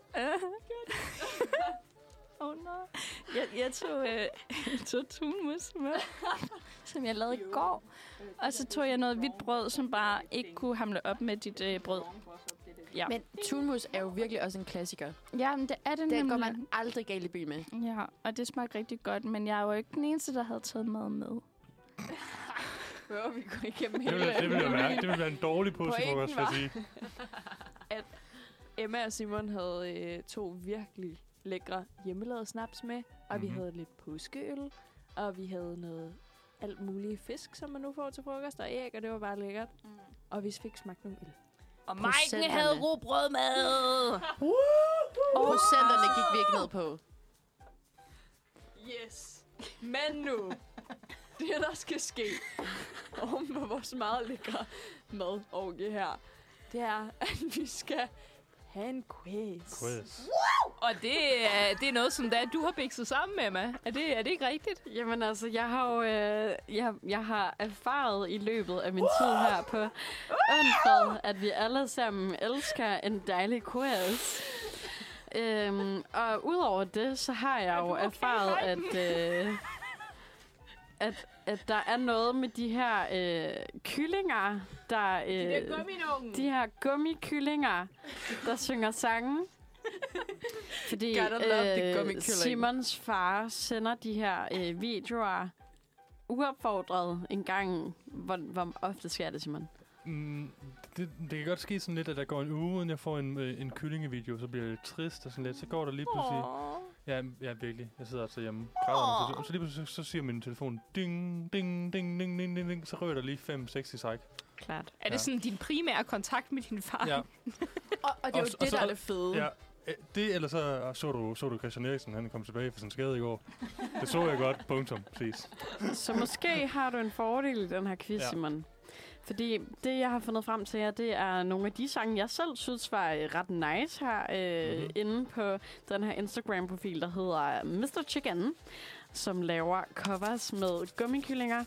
Åh, oh, no. Jeg, jeg tog, øh, jeg tog tunmus med, som jeg lavede i går. Og så tog jeg noget hvidt brød, som bare ikke kunne hamle op med dit øh, brød. Ja. Men tunmus er jo virkelig også en klassiker. Ja, men det er det Det nemlig. går man aldrig galt i byen med. Ja, og det smagte rigtig godt, men jeg er jo ikke den eneste, der havde taget mad med. Prøver vi går igennem Det ville, det ville jo være, det ville være en dårlig påskefrokost, vil jeg sige. at Emma og Simon havde øh, to virkelig lækre hjemmelavede snaps med, og mm-hmm. vi Mhm. havde lidt påskeøl, og vi havde noget alt muligt fisk, som man nu får til frokost, og æg, og det var bare lækkert. Mm. Og vi fik smagt nogle øl. Og Maiken Procenterne. havde rugbrød med. Og procenterne gik vi ikke ned på. Yes! Men nu, det der skal ske oven på vores meget lækre madorgie her, det er, at vi skal have en quiz. Quiz. Og det er, det er noget, som der, du har bikset sammen med mig. Er det, er det ikke rigtigt? Jamen altså, jeg har jo øh, jeg, jeg har erfaret i løbet af min tid her på Undfred, at vi alle sammen elsker en dejlig quiz. Øhm, og udover det, så har jeg jo erfaret, at, øh, at, at der er noget med de her øh, kyllinger, der... Øh, Det er gumminungen. de her gummikyllinger, der synger sange. Fordi Gotta love the øh, gummikylling. Simons far sender de her øh, videoer uopfordret en gang. Hvor, hvor ofte sker det, Simon? Mm, det, det kan godt ske sådan lidt, at der går en uge, uden jeg får en, øh, en kyllingevideo, så bliver jeg lidt trist og sådan lidt. Så går der lige pludselig... Ja, ja, virkelig. Jeg sidder altså hjemme græder, så, så lige pludselig så, så siger min telefon ding, ding, ding, ding, ding, ding, ding, så rører der lige fem seks i træk. Klart. Er det Ja. sådan din primære kontakt med din far? Ja, Og, og det er jo Og s- og det, så- der er det fede. ja. Øh, Det, eller så så du, så du Christian Eriksen, han kom tilbage fra sin skade i går. Det så jeg godt, punktum, præcis. Så måske har du en fordel i den her quiz, Ja. Simon. Fordi det, jeg har fundet frem til jer, det er nogle af de sange, jeg selv synes var øh, ret nice her øh, Mhm. mm-hmm. inde på den her Instagram-profil, der hedder mister Chicken, som laver covers med gummikyllinger.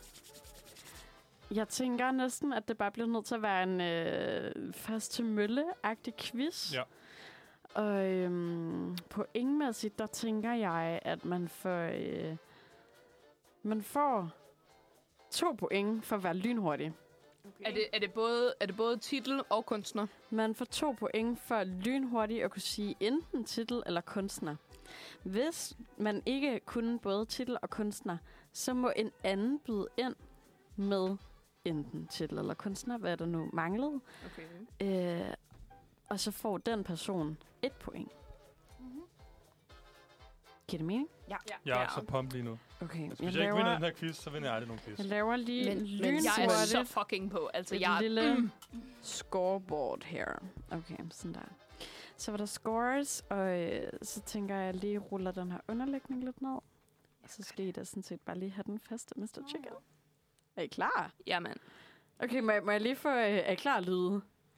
Jeg tænker næsten, at det bare bliver nødt til at være en øh, fast til mølle-agtig quiz. Ja. Og øhm, pointmæssigt, der tænker jeg, at man får, øh, man får to point for at være lynhurtig. Er, det, er, det både, er det både titel og kunstner? Man får to point for lynhurtigt at kunne sige enten titel eller kunstner. Hvis man ikke kunne både titel og kunstner, så må en anden byde ind med enten titel eller kunstner, hvad der nu manglede. Okay. Øh, og så får den person et point. Mm-hmm. Giver det mening? Ja. Jeg er så pumped lige nu. Okay. Altså, hvis jeg, jeg ikke vinder den her quiz, så vinder jeg aldrig nogen quiz. jeg laver lige Men- men, men Jeg er så lynhurtigt fucking på. Altså, et jeg er... lille Mm. scoreboard her. Okay, sådan der. Så var der scores, og øh, så tænker jeg, at jeg lige ruller den her underlægning lidt ned. Og så skal I da sådan set bare lige have den faste, mister Chicken. Er I klar? Jamen. Okay, må jeg, må jeg lige få... Øh, er I klar, lyde?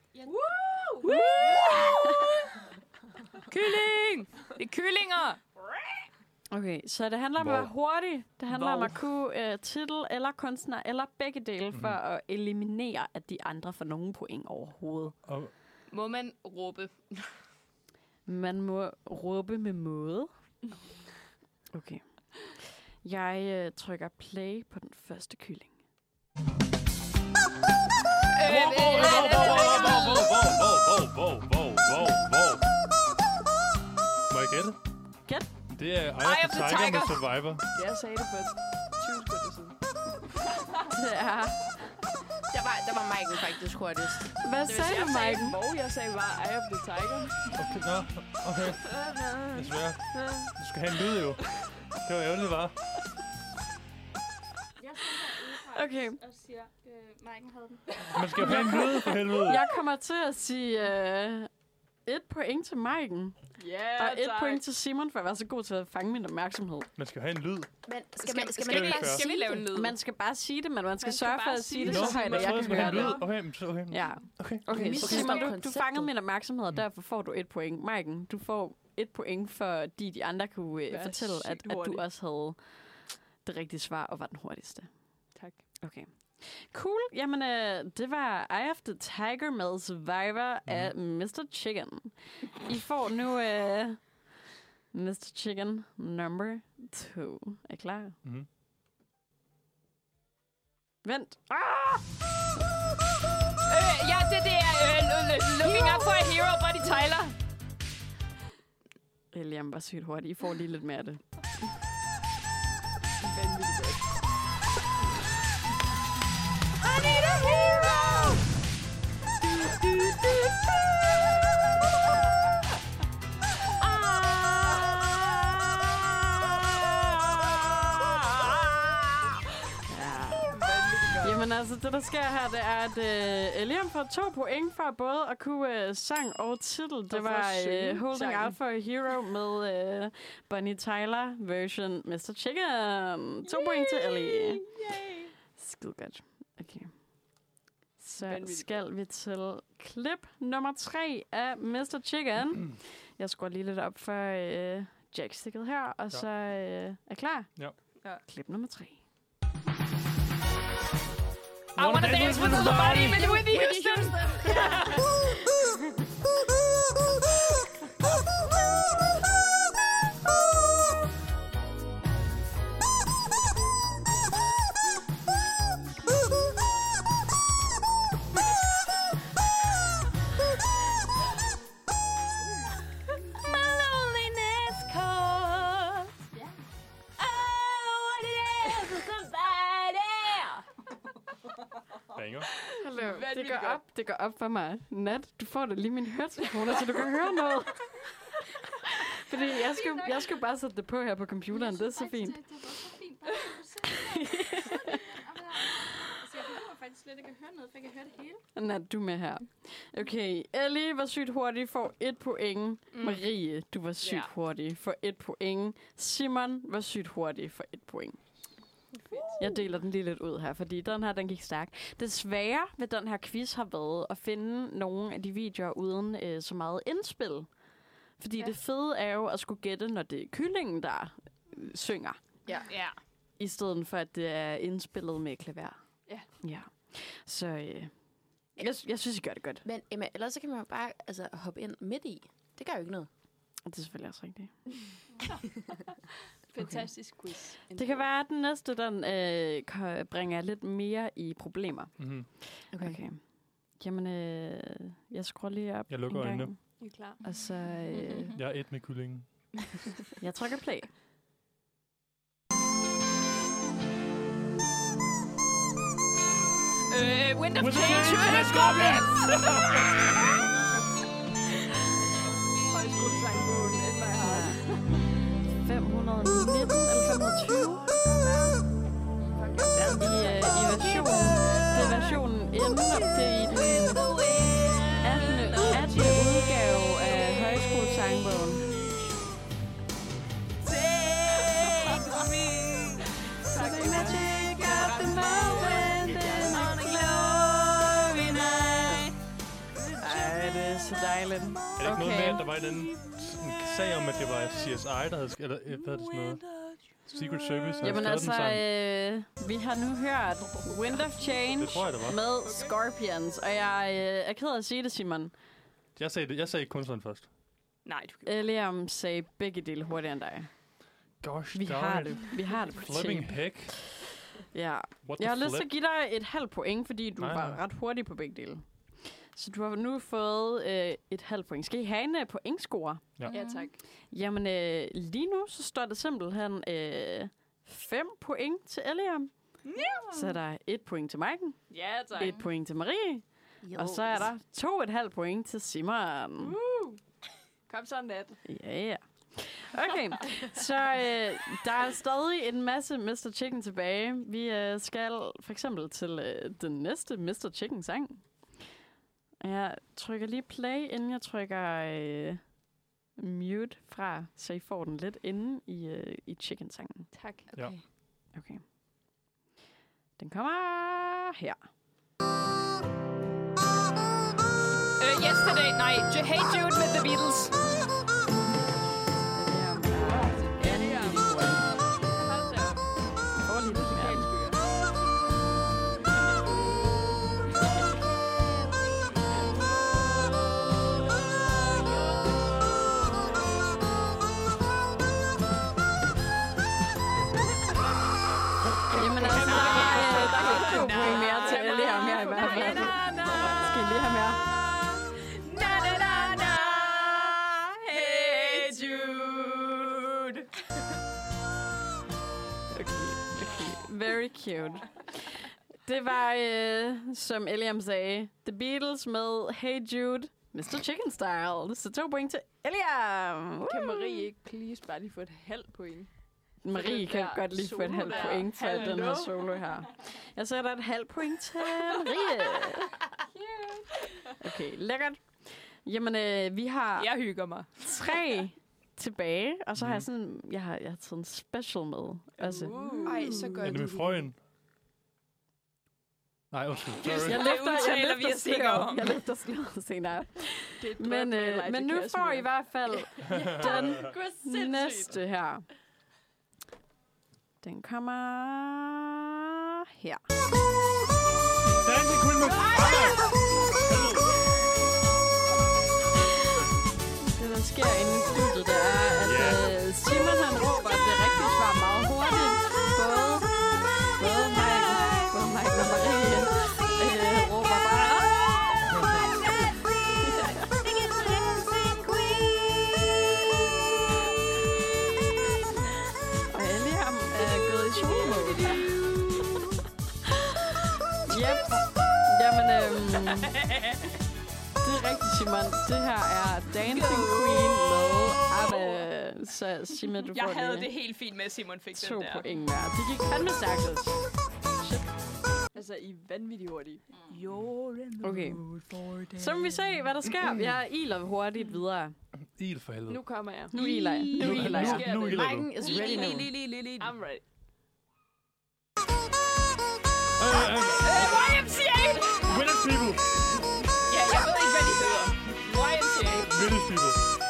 Kylling! Det er kyllinger! Okay, så det handler om at Wow. være hurtig. Det handler om Wow. at kunne uh, titel eller kunstner eller begge dele mm-hmm. for at eliminere, at de andre får nogen point overhovedet. Og, Må man råbe? Man må råbe med måde. Okay. Jeg uh, trykker play på den første kylling. wow, wow, wow, wow, wow, wow, wow, wow, wow, wow. Må jeg gætte? Gæt. Det er Eye Eye of of the the Tiger Tiger. med Survivor. Jeg sagde det for tyve sekunder siden. Det er... Der var, der var Maiken faktisk hurtigst. Hvad Det vil sagde sige, du, jeg sagde Maiken? Moe, jeg sagde bare Eye of the Tiger. Okay, nå, okay. Jeg sværer. Du skal have en lyd, jo. Det var ærgerligt, var. Jeg sender Okay. og siger, øh, Maiken havde den. Man skal jo have en lyd, for helvede. Jeg kommer til at sige uh, et point til Maiken. Ja, Og et point til Simon, for at være så god til at fange min opmærksomhed. Man skal jo have en lyd. Men skal, Skal, man, skal, skal, man vi, ikke bare skal vi sige lave det? en lyd? Man skal bare sige det, men man skal Man skal sørge for bare at sige sige det, det. så højt, jeg at jeg troede, kan man høre skulle have det. en lyd. Okay, så okay. Ja. Okay. Okay, Vi så misforstår Simon, du, du konceptet. fangede min opmærksomhed, og derfor får du et point. Maiken, du får et point, fordi de andre kunne øh, Vær fortælle, at, sygt at du hurtig. også havde det rigtige svar og var den hurtigste. Tak. Okay. Cool. Jamen, øh, det var Eye of the Tiger med Survivor mm. af mister Chicken. I får nu øh, mister Chicken number two. Er I klar? Mm. Vent. Øh, ja, det, det er øh, Looking Up for a Hero, Bonnie Tyler. Eliam var sygt hurtigt. I får lige lidt mere af det. I need a hero! Du, du, du, du. Jamen altså, det der sker her, det er, at uh, Eliam får to point for både at kunne uh, sang og titel. Det var uh, Holding sangen. Out for a Hero med uh, Bonnie Tyler version mister Chicken. To Yay! Point til Ellie. Skide godt. Okay. Så skal vi til klip nummer tre af mister Chicken. Jeg skruer lige lidt op for uh, jacksticket her, og ja. så uh, er klar. Ja. ja. Klip nummer tre. I wanna dance with somebody, with Whitney Houston. My loneliness calls. I wanna dance with somebody. Banger. Hallo, det går op, det går op for mig. Nat, du får da lige mine høretelefoner, så du kan høre noget. Fordi jeg skal, jeg skal bare sætte det på her på computeren, det er så fint. Det var så fint. Bare du sagde Altså, jeg behøver faktisk slet ikke at høre noget, for jeg kan høre det hele. Nat, du er med her. Okay, Ellie var sygt hurtig, får et point. Mm. Marie, du var sygt yeah. hurtig, får et point. Simon var sygt hurtig, for et point. Jeg deler den lige lidt ud her, fordi den her, den gik stærkt. Det svære ved den her quiz har været at finde nogle af de videoer uden øh, så meget indspil. Fordi ja. det fede er jo at skulle gætte, når det er kyllingen, der øh, synger. Ja. ja. I stedet for, at det er indspillet med klaver. Ja. Ja. Så øh, jeg, jeg synes, I gør det godt. Men Emma, ellers så kan man jo bare altså, hoppe ind midt i. Det gør jo ikke noget. Det er selvfølgelig også rigtigt. Fantastisk okay. quiz. Det kan være, at den næste, den øh, kan bringe lidt mere i problemer. Mm-hmm. Okay. okay. Jamen, øh, jeg skruer lige op. Jeg lukker øjnene. Jeg er klar. Og så... Øh, jeg er et med kyllingen. Jeg trykker play. Øh, Wind of Change, Scorpions! Højskolesangbogen, in my heart. fem hundrede nitten eller fem hundrede tyve. I, uh, i versionen. Det er versionen inden, det er i den attende udgave af Højskolesangbogen. Take me to the magic of the moment on a glory night. Ej, det er så dejligt. Er det ikke okay. noget med, at der var den sag om, at det var C S I, der havde eller hvad er det sådan noget? Secret Service havde Jamen altså, øh, vi har nu hørt Wind of Change det tror jeg, det var. med Scorpions, og jeg øh, er ked af at sige det, Simon. Jeg sagde det. Jeg sagde kunstneren først. Nej, du kan Eliam sagde begge dele hurtigere end dig. Gosh, vi har det. Vi har det på Flipping tape. heck. Ja. What jeg har flip? lyst til at give dig et halvt point, fordi du nej, var nej. ret hurtig på begge dele. Så du har nu fået øh, et halvt point. Skal I have en uh, pointscore? Ja. Ja, tak. Jamen, øh, lige nu så står det simpelthen øh, fem point til Eliam. Ja. Så er der et point til Maiken. Ja, tak. Et point til Marie. Jo. Og så er der to et halvt point til Simon. Uh. Kom så, Nat. Ja, ja. Okay, så øh, der er stadig en masse mister Chicken tilbage. Vi øh, skal for eksempel til øh, den næste mister Chicken-sang. Jeg trykker lige play, inden jeg trykker øh, mute fra, så I får den lidt inde i, øh, i Chicken-sangen. Tak. Okay. Ja. Okay. Den kommer her. Uh, yesterday, nej, J- Hey Jude med The Beatles. Skal I lige have mere? Na, na, na, na. Hey Jude. Okay, okay. Very cute. Det var, øh, som Eliam sagde, The Beatles med Hey Jude, mister Chicken Style. Så to point til Eliam. Kan Marie ikke please bare lige få et halvt point? Marie kan godt lige få et halvt der. point for Hallo? den her solo her. Jeg sætter et halvt point til Marie. Okay, lækkert. Jamen, øh, vi har Jeg hygger mig. tre tilbage, og så har jeg sådan, jeg har, jeg har taget en special med. Altså, Uh. Ej, så gør Er det med frøen? Nej, undskyld. Sorry. jeg Det løfter, udtaler jeg vi løfter os ikke sløret. om. Jeg løfter sløret senere. Det er et Men, drøm med øh, Elijah men nu får I i Cashmere. hvert fald den næste her. Den kommer her. Dancing Queen med Det, der sker inde i studiet, det er, at yeah. Simon han råber det rigtige svar meget hurtigt. Både, både Mike, både Mike og Marie øh, råber bare. Og Eliam er gået i solo-mode. Yep. Jamen, øhm, det er rigtigt, Simon. Det her er Dancing Queen med ABBA. Så Simon, du Jeg får havde lige det helt fint med, at Simon fik to den der. point hver. Det gik fandme stærkt. Altså, I er vanvittigt hurtige. Okay. Så må vi se, hvad der sker. Jeg iler hurtigt videre. Il for helvede. Nu kommer jeg. Nu iler jeg. Nu Nu- iler jeg. nu- nu iler du. Mike'en is ready now. I'm ready. Øh, øh, Y M C A! Village People. Ja, jeg ved ikke, hvad de hedder. Y M C A. Village People.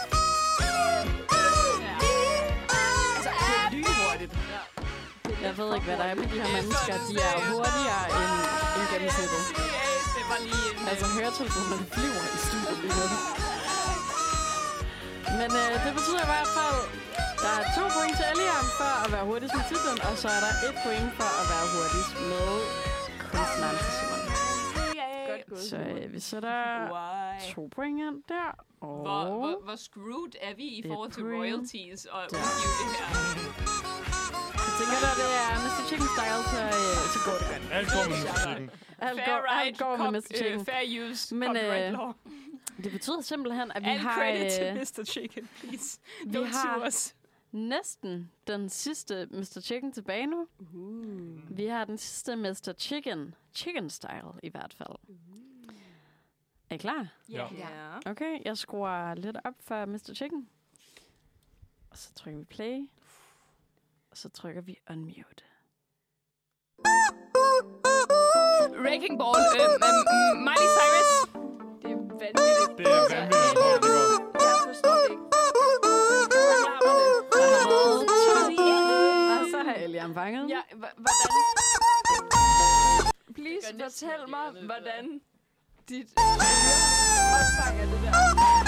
Altså, det er lynhurtigt. Jeg ved ikke, hvad der er med de her mennesker. De er hurtigere end, end gennemsnittet. Det var lige en... Altså, høretelefonerne flyver i studiet lige nu. Men øh, det betyder i hvert fald, der er to point til Eliam for at være hurtigst med titlen, og så er der et point for at være hurtigst med kunstneren til Simon. Godt gået. Så øh, vi sætter Why? to point ind der, og Hvor, hvor, hvor screwed er vi i Et forhold til point. royalties og Der. udgive det her? jeg tænker, da det er mister Chicken Style, så, øh, så går det godt. Alt går med musikken. Alt Fair går, right, alt går med cop- mister Chicken. øh, fair use, Men, copyright øh, law. Det betyder simpelthen, at vi All har... credit to øh, mister Chicken, please. vi Don't har- sue us. næsten den sidste mister Chicken tilbage nu. Uh. Vi har den sidste mister Chicken. Chicken Style i hvert fald. Er I klar? Ja. Ja. Okay, jeg skruer lidt op for mister Chicken. Og så trykker vi play. Og så trykker vi unmute. Wrecking Ball. Øhm, øhm, Miley Cyrus. Det er vanvittigt. Det er vanvittigt, hvor det går. Jeg forstår det ikke. Og så har Eliam fanget. Ja, h- hvordan... Please, fortæl mig, hvordan dit opfang er det der.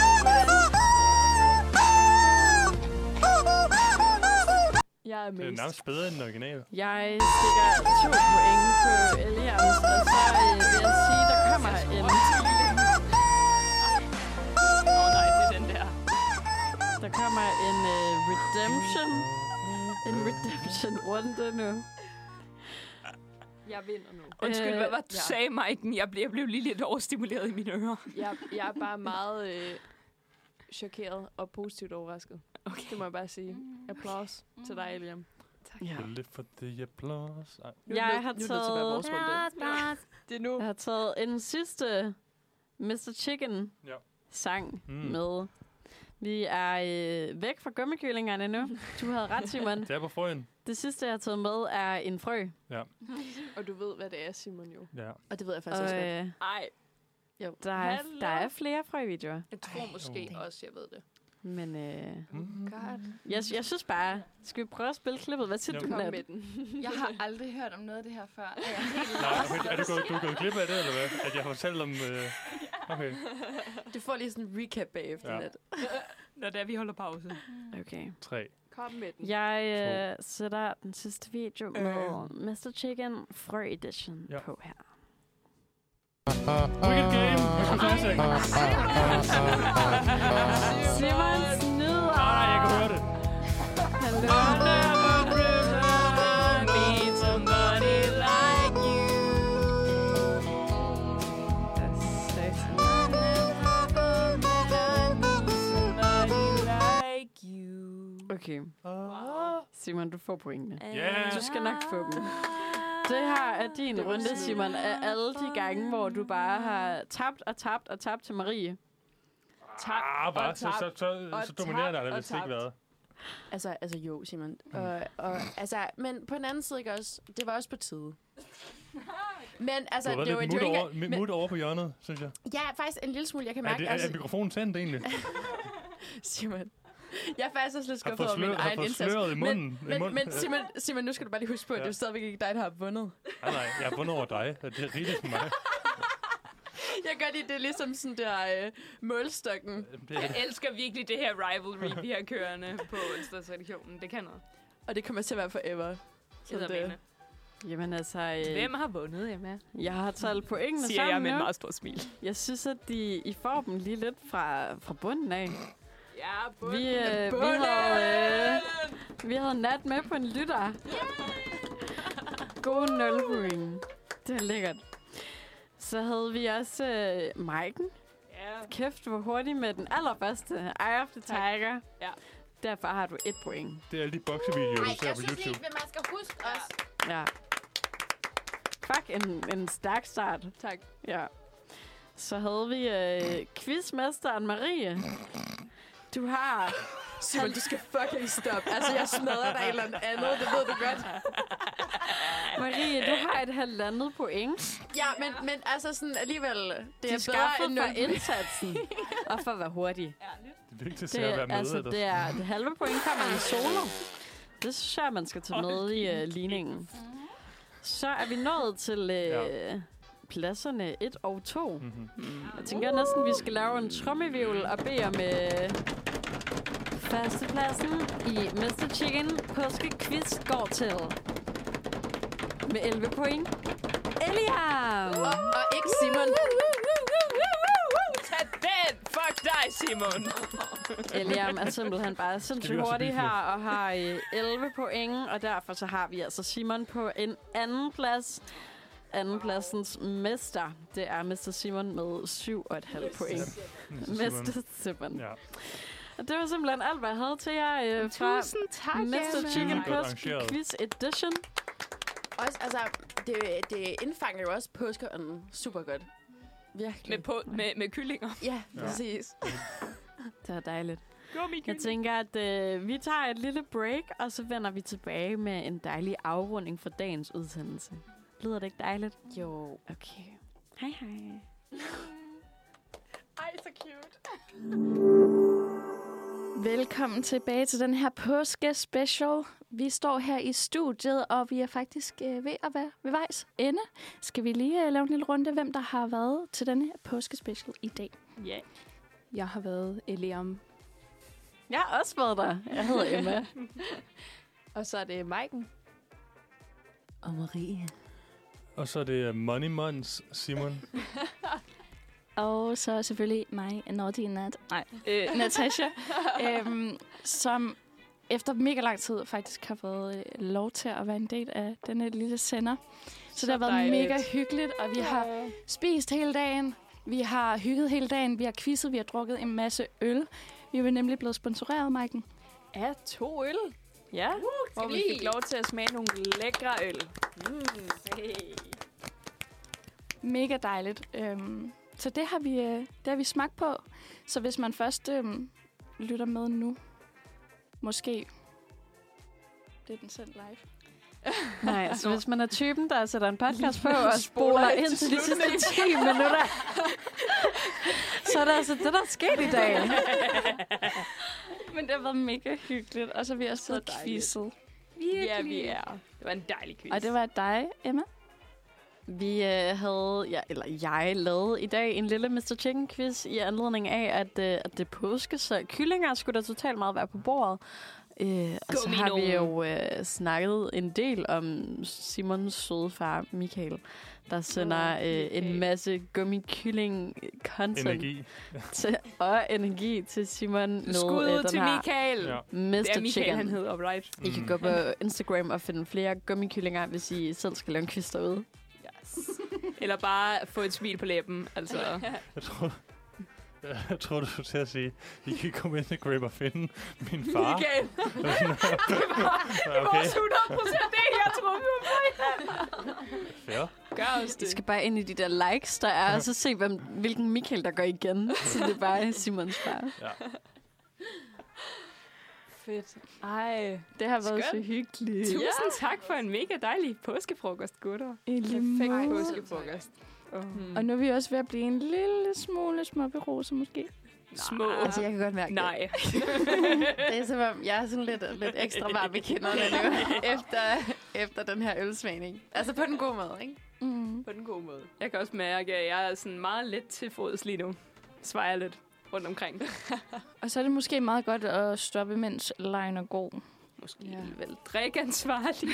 Jeg er Det er mest. nærmest bedre end den originale. Jeg stikker to point på Eliams, og så øh, vil jeg sige, der kommer en... Åh oh, nej, det er den der. Der kommer en uh, redemption. En redemption-runde nu. Jeg vinder nu. Undskyld, hvad var det, du ja. sagde, Maiken? Jeg blev, jeg blev lige lidt overstimuleret i mine ører. Jeg, jeg er bare meget øh, chokeret og positivt overrasket. Okay. Det må jeg bare sige. Applaus til dig, Eliam. Ja. Lidt for the applause. Ej. Nu er Jeg det- har nu er det nødt til at være taget- vores runde. Det er nu. Jeg har taget en sidste mister Chicken Ja. sang Mm. med. Vi er øh, væk fra gummikyllingerne nu. Du havde ret, Simon. Det er på frøen. Det sidste, jeg har taget med, er en frø. Og du ved, hvad det er, Simon, jo. Ja. Og det ved jeg faktisk Og også godt. øh, Ej. Jo. der, er, der er flere frøvideoer. Jeg tror måske også, jeg ved det. Men øh, Mm. God. jeg, jeg synes bare, skal vi prøve at spille klippet? Hvad siger Jo. du, Kom Nat? med den. Jeg har aldrig hørt om noget af det her før. Jeg er helt Nej, okay, er du gået, du er gået glip af det, eller hvad? At jeg har fortalt om... Øh... Okay. Du får lige sådan en recap bagefter, Ja. Nat. Når det er, vi holder pause. Okay. Tre. Kom med den. Jeg øh, sætter den sidste video med mister Chicken Frø Edition Ja. på her. Wicked Game. Classic. Simon snyder. Nej, jeg kan høre det. Hallo. Okay. Simon, du får pointene. Yeah. Du skal nok få dem. Det her er din runde, Simon, af alle de gange, hvor du bare har tabt og tabt og tabt til Marie. Tabt Ah, bare, og så, så, tabt. så, og så dominerende er det tabt vist og ikke tabt. været. Altså, altså jo, Simon. Og, og, altså, men på den anden side ikke også, det var også på tide. Men altså, Du har det var været jo lidt ikke... mut over, men- mut over på hjørnet, synes jeg. Ja, faktisk en lille smule, jeg kan Er, mærke. det, er, altså, er mikrofonen tændt egentlig? Simon. Jeg er faktisk også lidt Har skuffet fået over min sløret, har egen fået indsats. sløret i munden. Men, i men, munden. men Simon, Simon, nu skal du bare lige huske på, at Ja. det er jo stadigvæk ikke dig, der har vundet. Nej, nej, jeg har vundet over dig. Det er rigeligt for mig. Jeg gør det, det er ligesom sådan der øh, målstokken. Det er, Jeg elsker virkelig det her rivalry, vi har kørende på onsdagsredaktionen. Det kan noget. Og det kommer til at være forever. Sådan det. Eddermame. Jamen altså, øh, Hvem har vundet, Emma? jeg har talt pointene Siger jeg sammen med en nu. meget stor smil. Jeg synes, at de, I får dem lige lidt fra, fra bunden af. Ja, Vi, øh, vi, havde, øh, vi havde Nat med på en lytter. God nul point. Det er lækkert. Så havde vi også øh, Maiken. Ja. Kæft, hvor hurtig med den allerførste. Eye of the Tiger. Ja. Derfor har du et point. det er alle de boksevideoer, du Ej, ser jeg på synes YouTube. lige, at man skal huske os. Ja. Fuck, en, en stærk start. Tak. Ja. Så havde vi øh, quizmesteren Marie. Du har... Simon, du skal fucking stoppe. Altså, jeg smadrer dig et eller andet. Det ved du godt. Marie, du har et halvandet point. Ja, men, men altså sådan alligevel... Det Det er er bedre skaffet end for nul. indsatsen. Og for at være hurtig. Det er vigtigt Det, at være med. altså, eller det er det halve point kommer i solo. Det synes jeg, man skal tage med i uh, ligningen. Så er vi nået til uh, Ja. pladserne et og to. Mm-hmm. Jeg tænker næsten, vi skal lave en trommevivl og bede om uh, førstepladsen i mister Chicken påskequiz går til med elleve point. Eliam! Og, og ikke Simon. Tag den! Fuck dig, Simon! Eliam er simpelthen bare sindssygt lyder så hurtig hyggeligt. her og har øh, elleve point, og derfor så har vi altså Simon på en anden plads. Andenpladsens mester, det er mister Simon med syv og et halvt point. mister Simon. Ja. Og det var simpelthen alt, hvad jeg havde til jer øh, fra Tusind tak, mister Emma. Chicken Godt Påske arrangeret. Quiz Edition. Også, altså, det, det indfanger jo også påskeånden super godt. Virkelig. Med, på, med, med kyllinger. Ja, Ja. præcis. Det var dejligt. Gummi Jeg tænker, at øh, vi tager et lille break, og så vender vi tilbage med en dejlig afrunding for dagens udsendelse. Lyder det ikke dejligt? Jo. Okay. Hej hej. Ej, så cute. Velkommen tilbage til den her påske-special. Vi står her i studiet, og vi er faktisk øh, ved at være ved vejs ende. Skal vi lige øh, lave en lille runde, hvem der har været til denne her påske-special i dag? Ja. Yeah. Jeg har været Eliam. Jeg har også været der. Jeg hedder Emma. Og så er det Maiken. Og Marie. Og så er det Money Mons, Simon. Og så selvfølgelig mig, Naughty Nat. Nej, øh, Natasha. øhm, som efter mega lang tid faktisk har fået øh, lov til at være en del af denne lille sender. Så, så det har været dejligt. mega hyggeligt, og vi har spist hele dagen. Vi har hygget hele dagen. Vi har quizzet, vi har drukket en masse øl. Vi er nemlig blevet sponsoreret, Maiken. Ja, to øl. Ja. Hvor vi fik lov til at smage nogle lækre øl. Mm. Hey. Mega dejligt. Øhm, så det har, vi, øh, det har vi smagt på. Så hvis man først øhm, lytter med nu, måske bliver den sendt live. Nej, så hvis man er typen, der sætter en podcast på og spoler ind til de sidste ti minutter, så er det altså det, der er sket i dag. Men det har været mega hyggeligt. Og så har vi også fået quizzet. Ja, vi er. Det var en dejlig quiz. Og det var dig, Emma. Vi øh, havde, ja, eller jeg lavede i dag en lille mister Chicken quiz i anledning af, at, øh, at det er påske, så kyllinger skulle der totalt meget være på bordet. Øh, og så har vi jo øh, snakket en del om Simons søde far, Michael, der sender Åh, øh, en okay. masse gummikylling-content Energi. til, og energi til Simon med Skud øh, ud den til her Michael. Ja. mister Det er Michael, Chicken. han hedder, right? I kan Mm. gå på Instagram og finde flere gummikyllinger, hvis I selv skal lave en quiz derude. Yes. Eller bare få et smil på læben. Altså. Jeg tror, jeg tror, du skulle til at sige, I kan komme på Instagram og finde min far. Michael. det Det var også hundrede procent det, jeg troede, vi var Fair. Gør os I det. skal bare ind i de der likes, der er, og så se, hvem, hvilken Michael, der går igen. Så det er bare Simons far. Ja. Fedt. Ej. Det har været Skønt. så hyggeligt. Tusind tak for en mega dejlig påskefrokost, gutter. I lige Perfekt måde. påskefrokost. Oh. Hmm. Og nu er vi også ved at blive en lille smule småberuset måske. Små. Altså, jeg kan godt mærke Nej. det. Det er som om, jeg er sådan lidt, lidt ekstra varm i kinderne nu, efter, efter den her ølsmagning. Altså på den gode måde, ikke? Mm. På den gode måde. Jeg kan også mærke, at jeg er sådan meget let til fods lige nu. Svejer lidt rundt omkring. Og så er det måske meget godt at stoppe, mens lejen er god. Måske Ja. ja. vel drikansvarligt.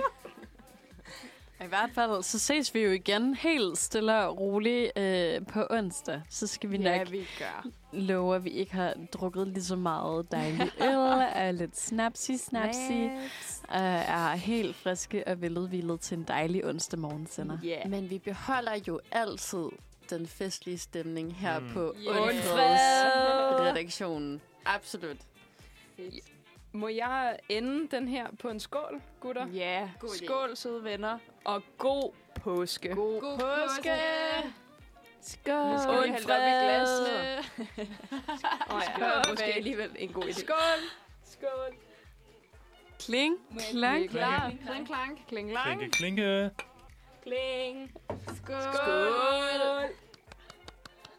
I hvert fald, så ses vi jo igen helt stille og roligt øh, på onsdag. Så skal vi nok vi gør. love, at vi ikke har drukket lige så meget dejlig øl, er lidt snapsy, snapsy, og er helt friske og veludvildet til en dejlig onsdag morgensender. Yeah. Men vi beholder jo altid den festlige stemning her Mm. mm. på Yeah. Undfreds-redaktionen. Absolut. Må jeg ende den her på en skål, gutter? Ja. God idé. Skål, søde venner. Og god påske. God, God påske. Skål! Nu skal vi hælde op i glasset. Åh Det ja, var måske måske alligevel en god idé. Skål. Skål. Kling, klang. Klar. Kling, klang. Kling, lang. Klinke, klinke. Kling. Skål. Skål.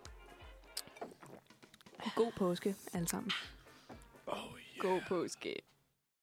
God påske, alle sammen. Oh, yeah. God påske.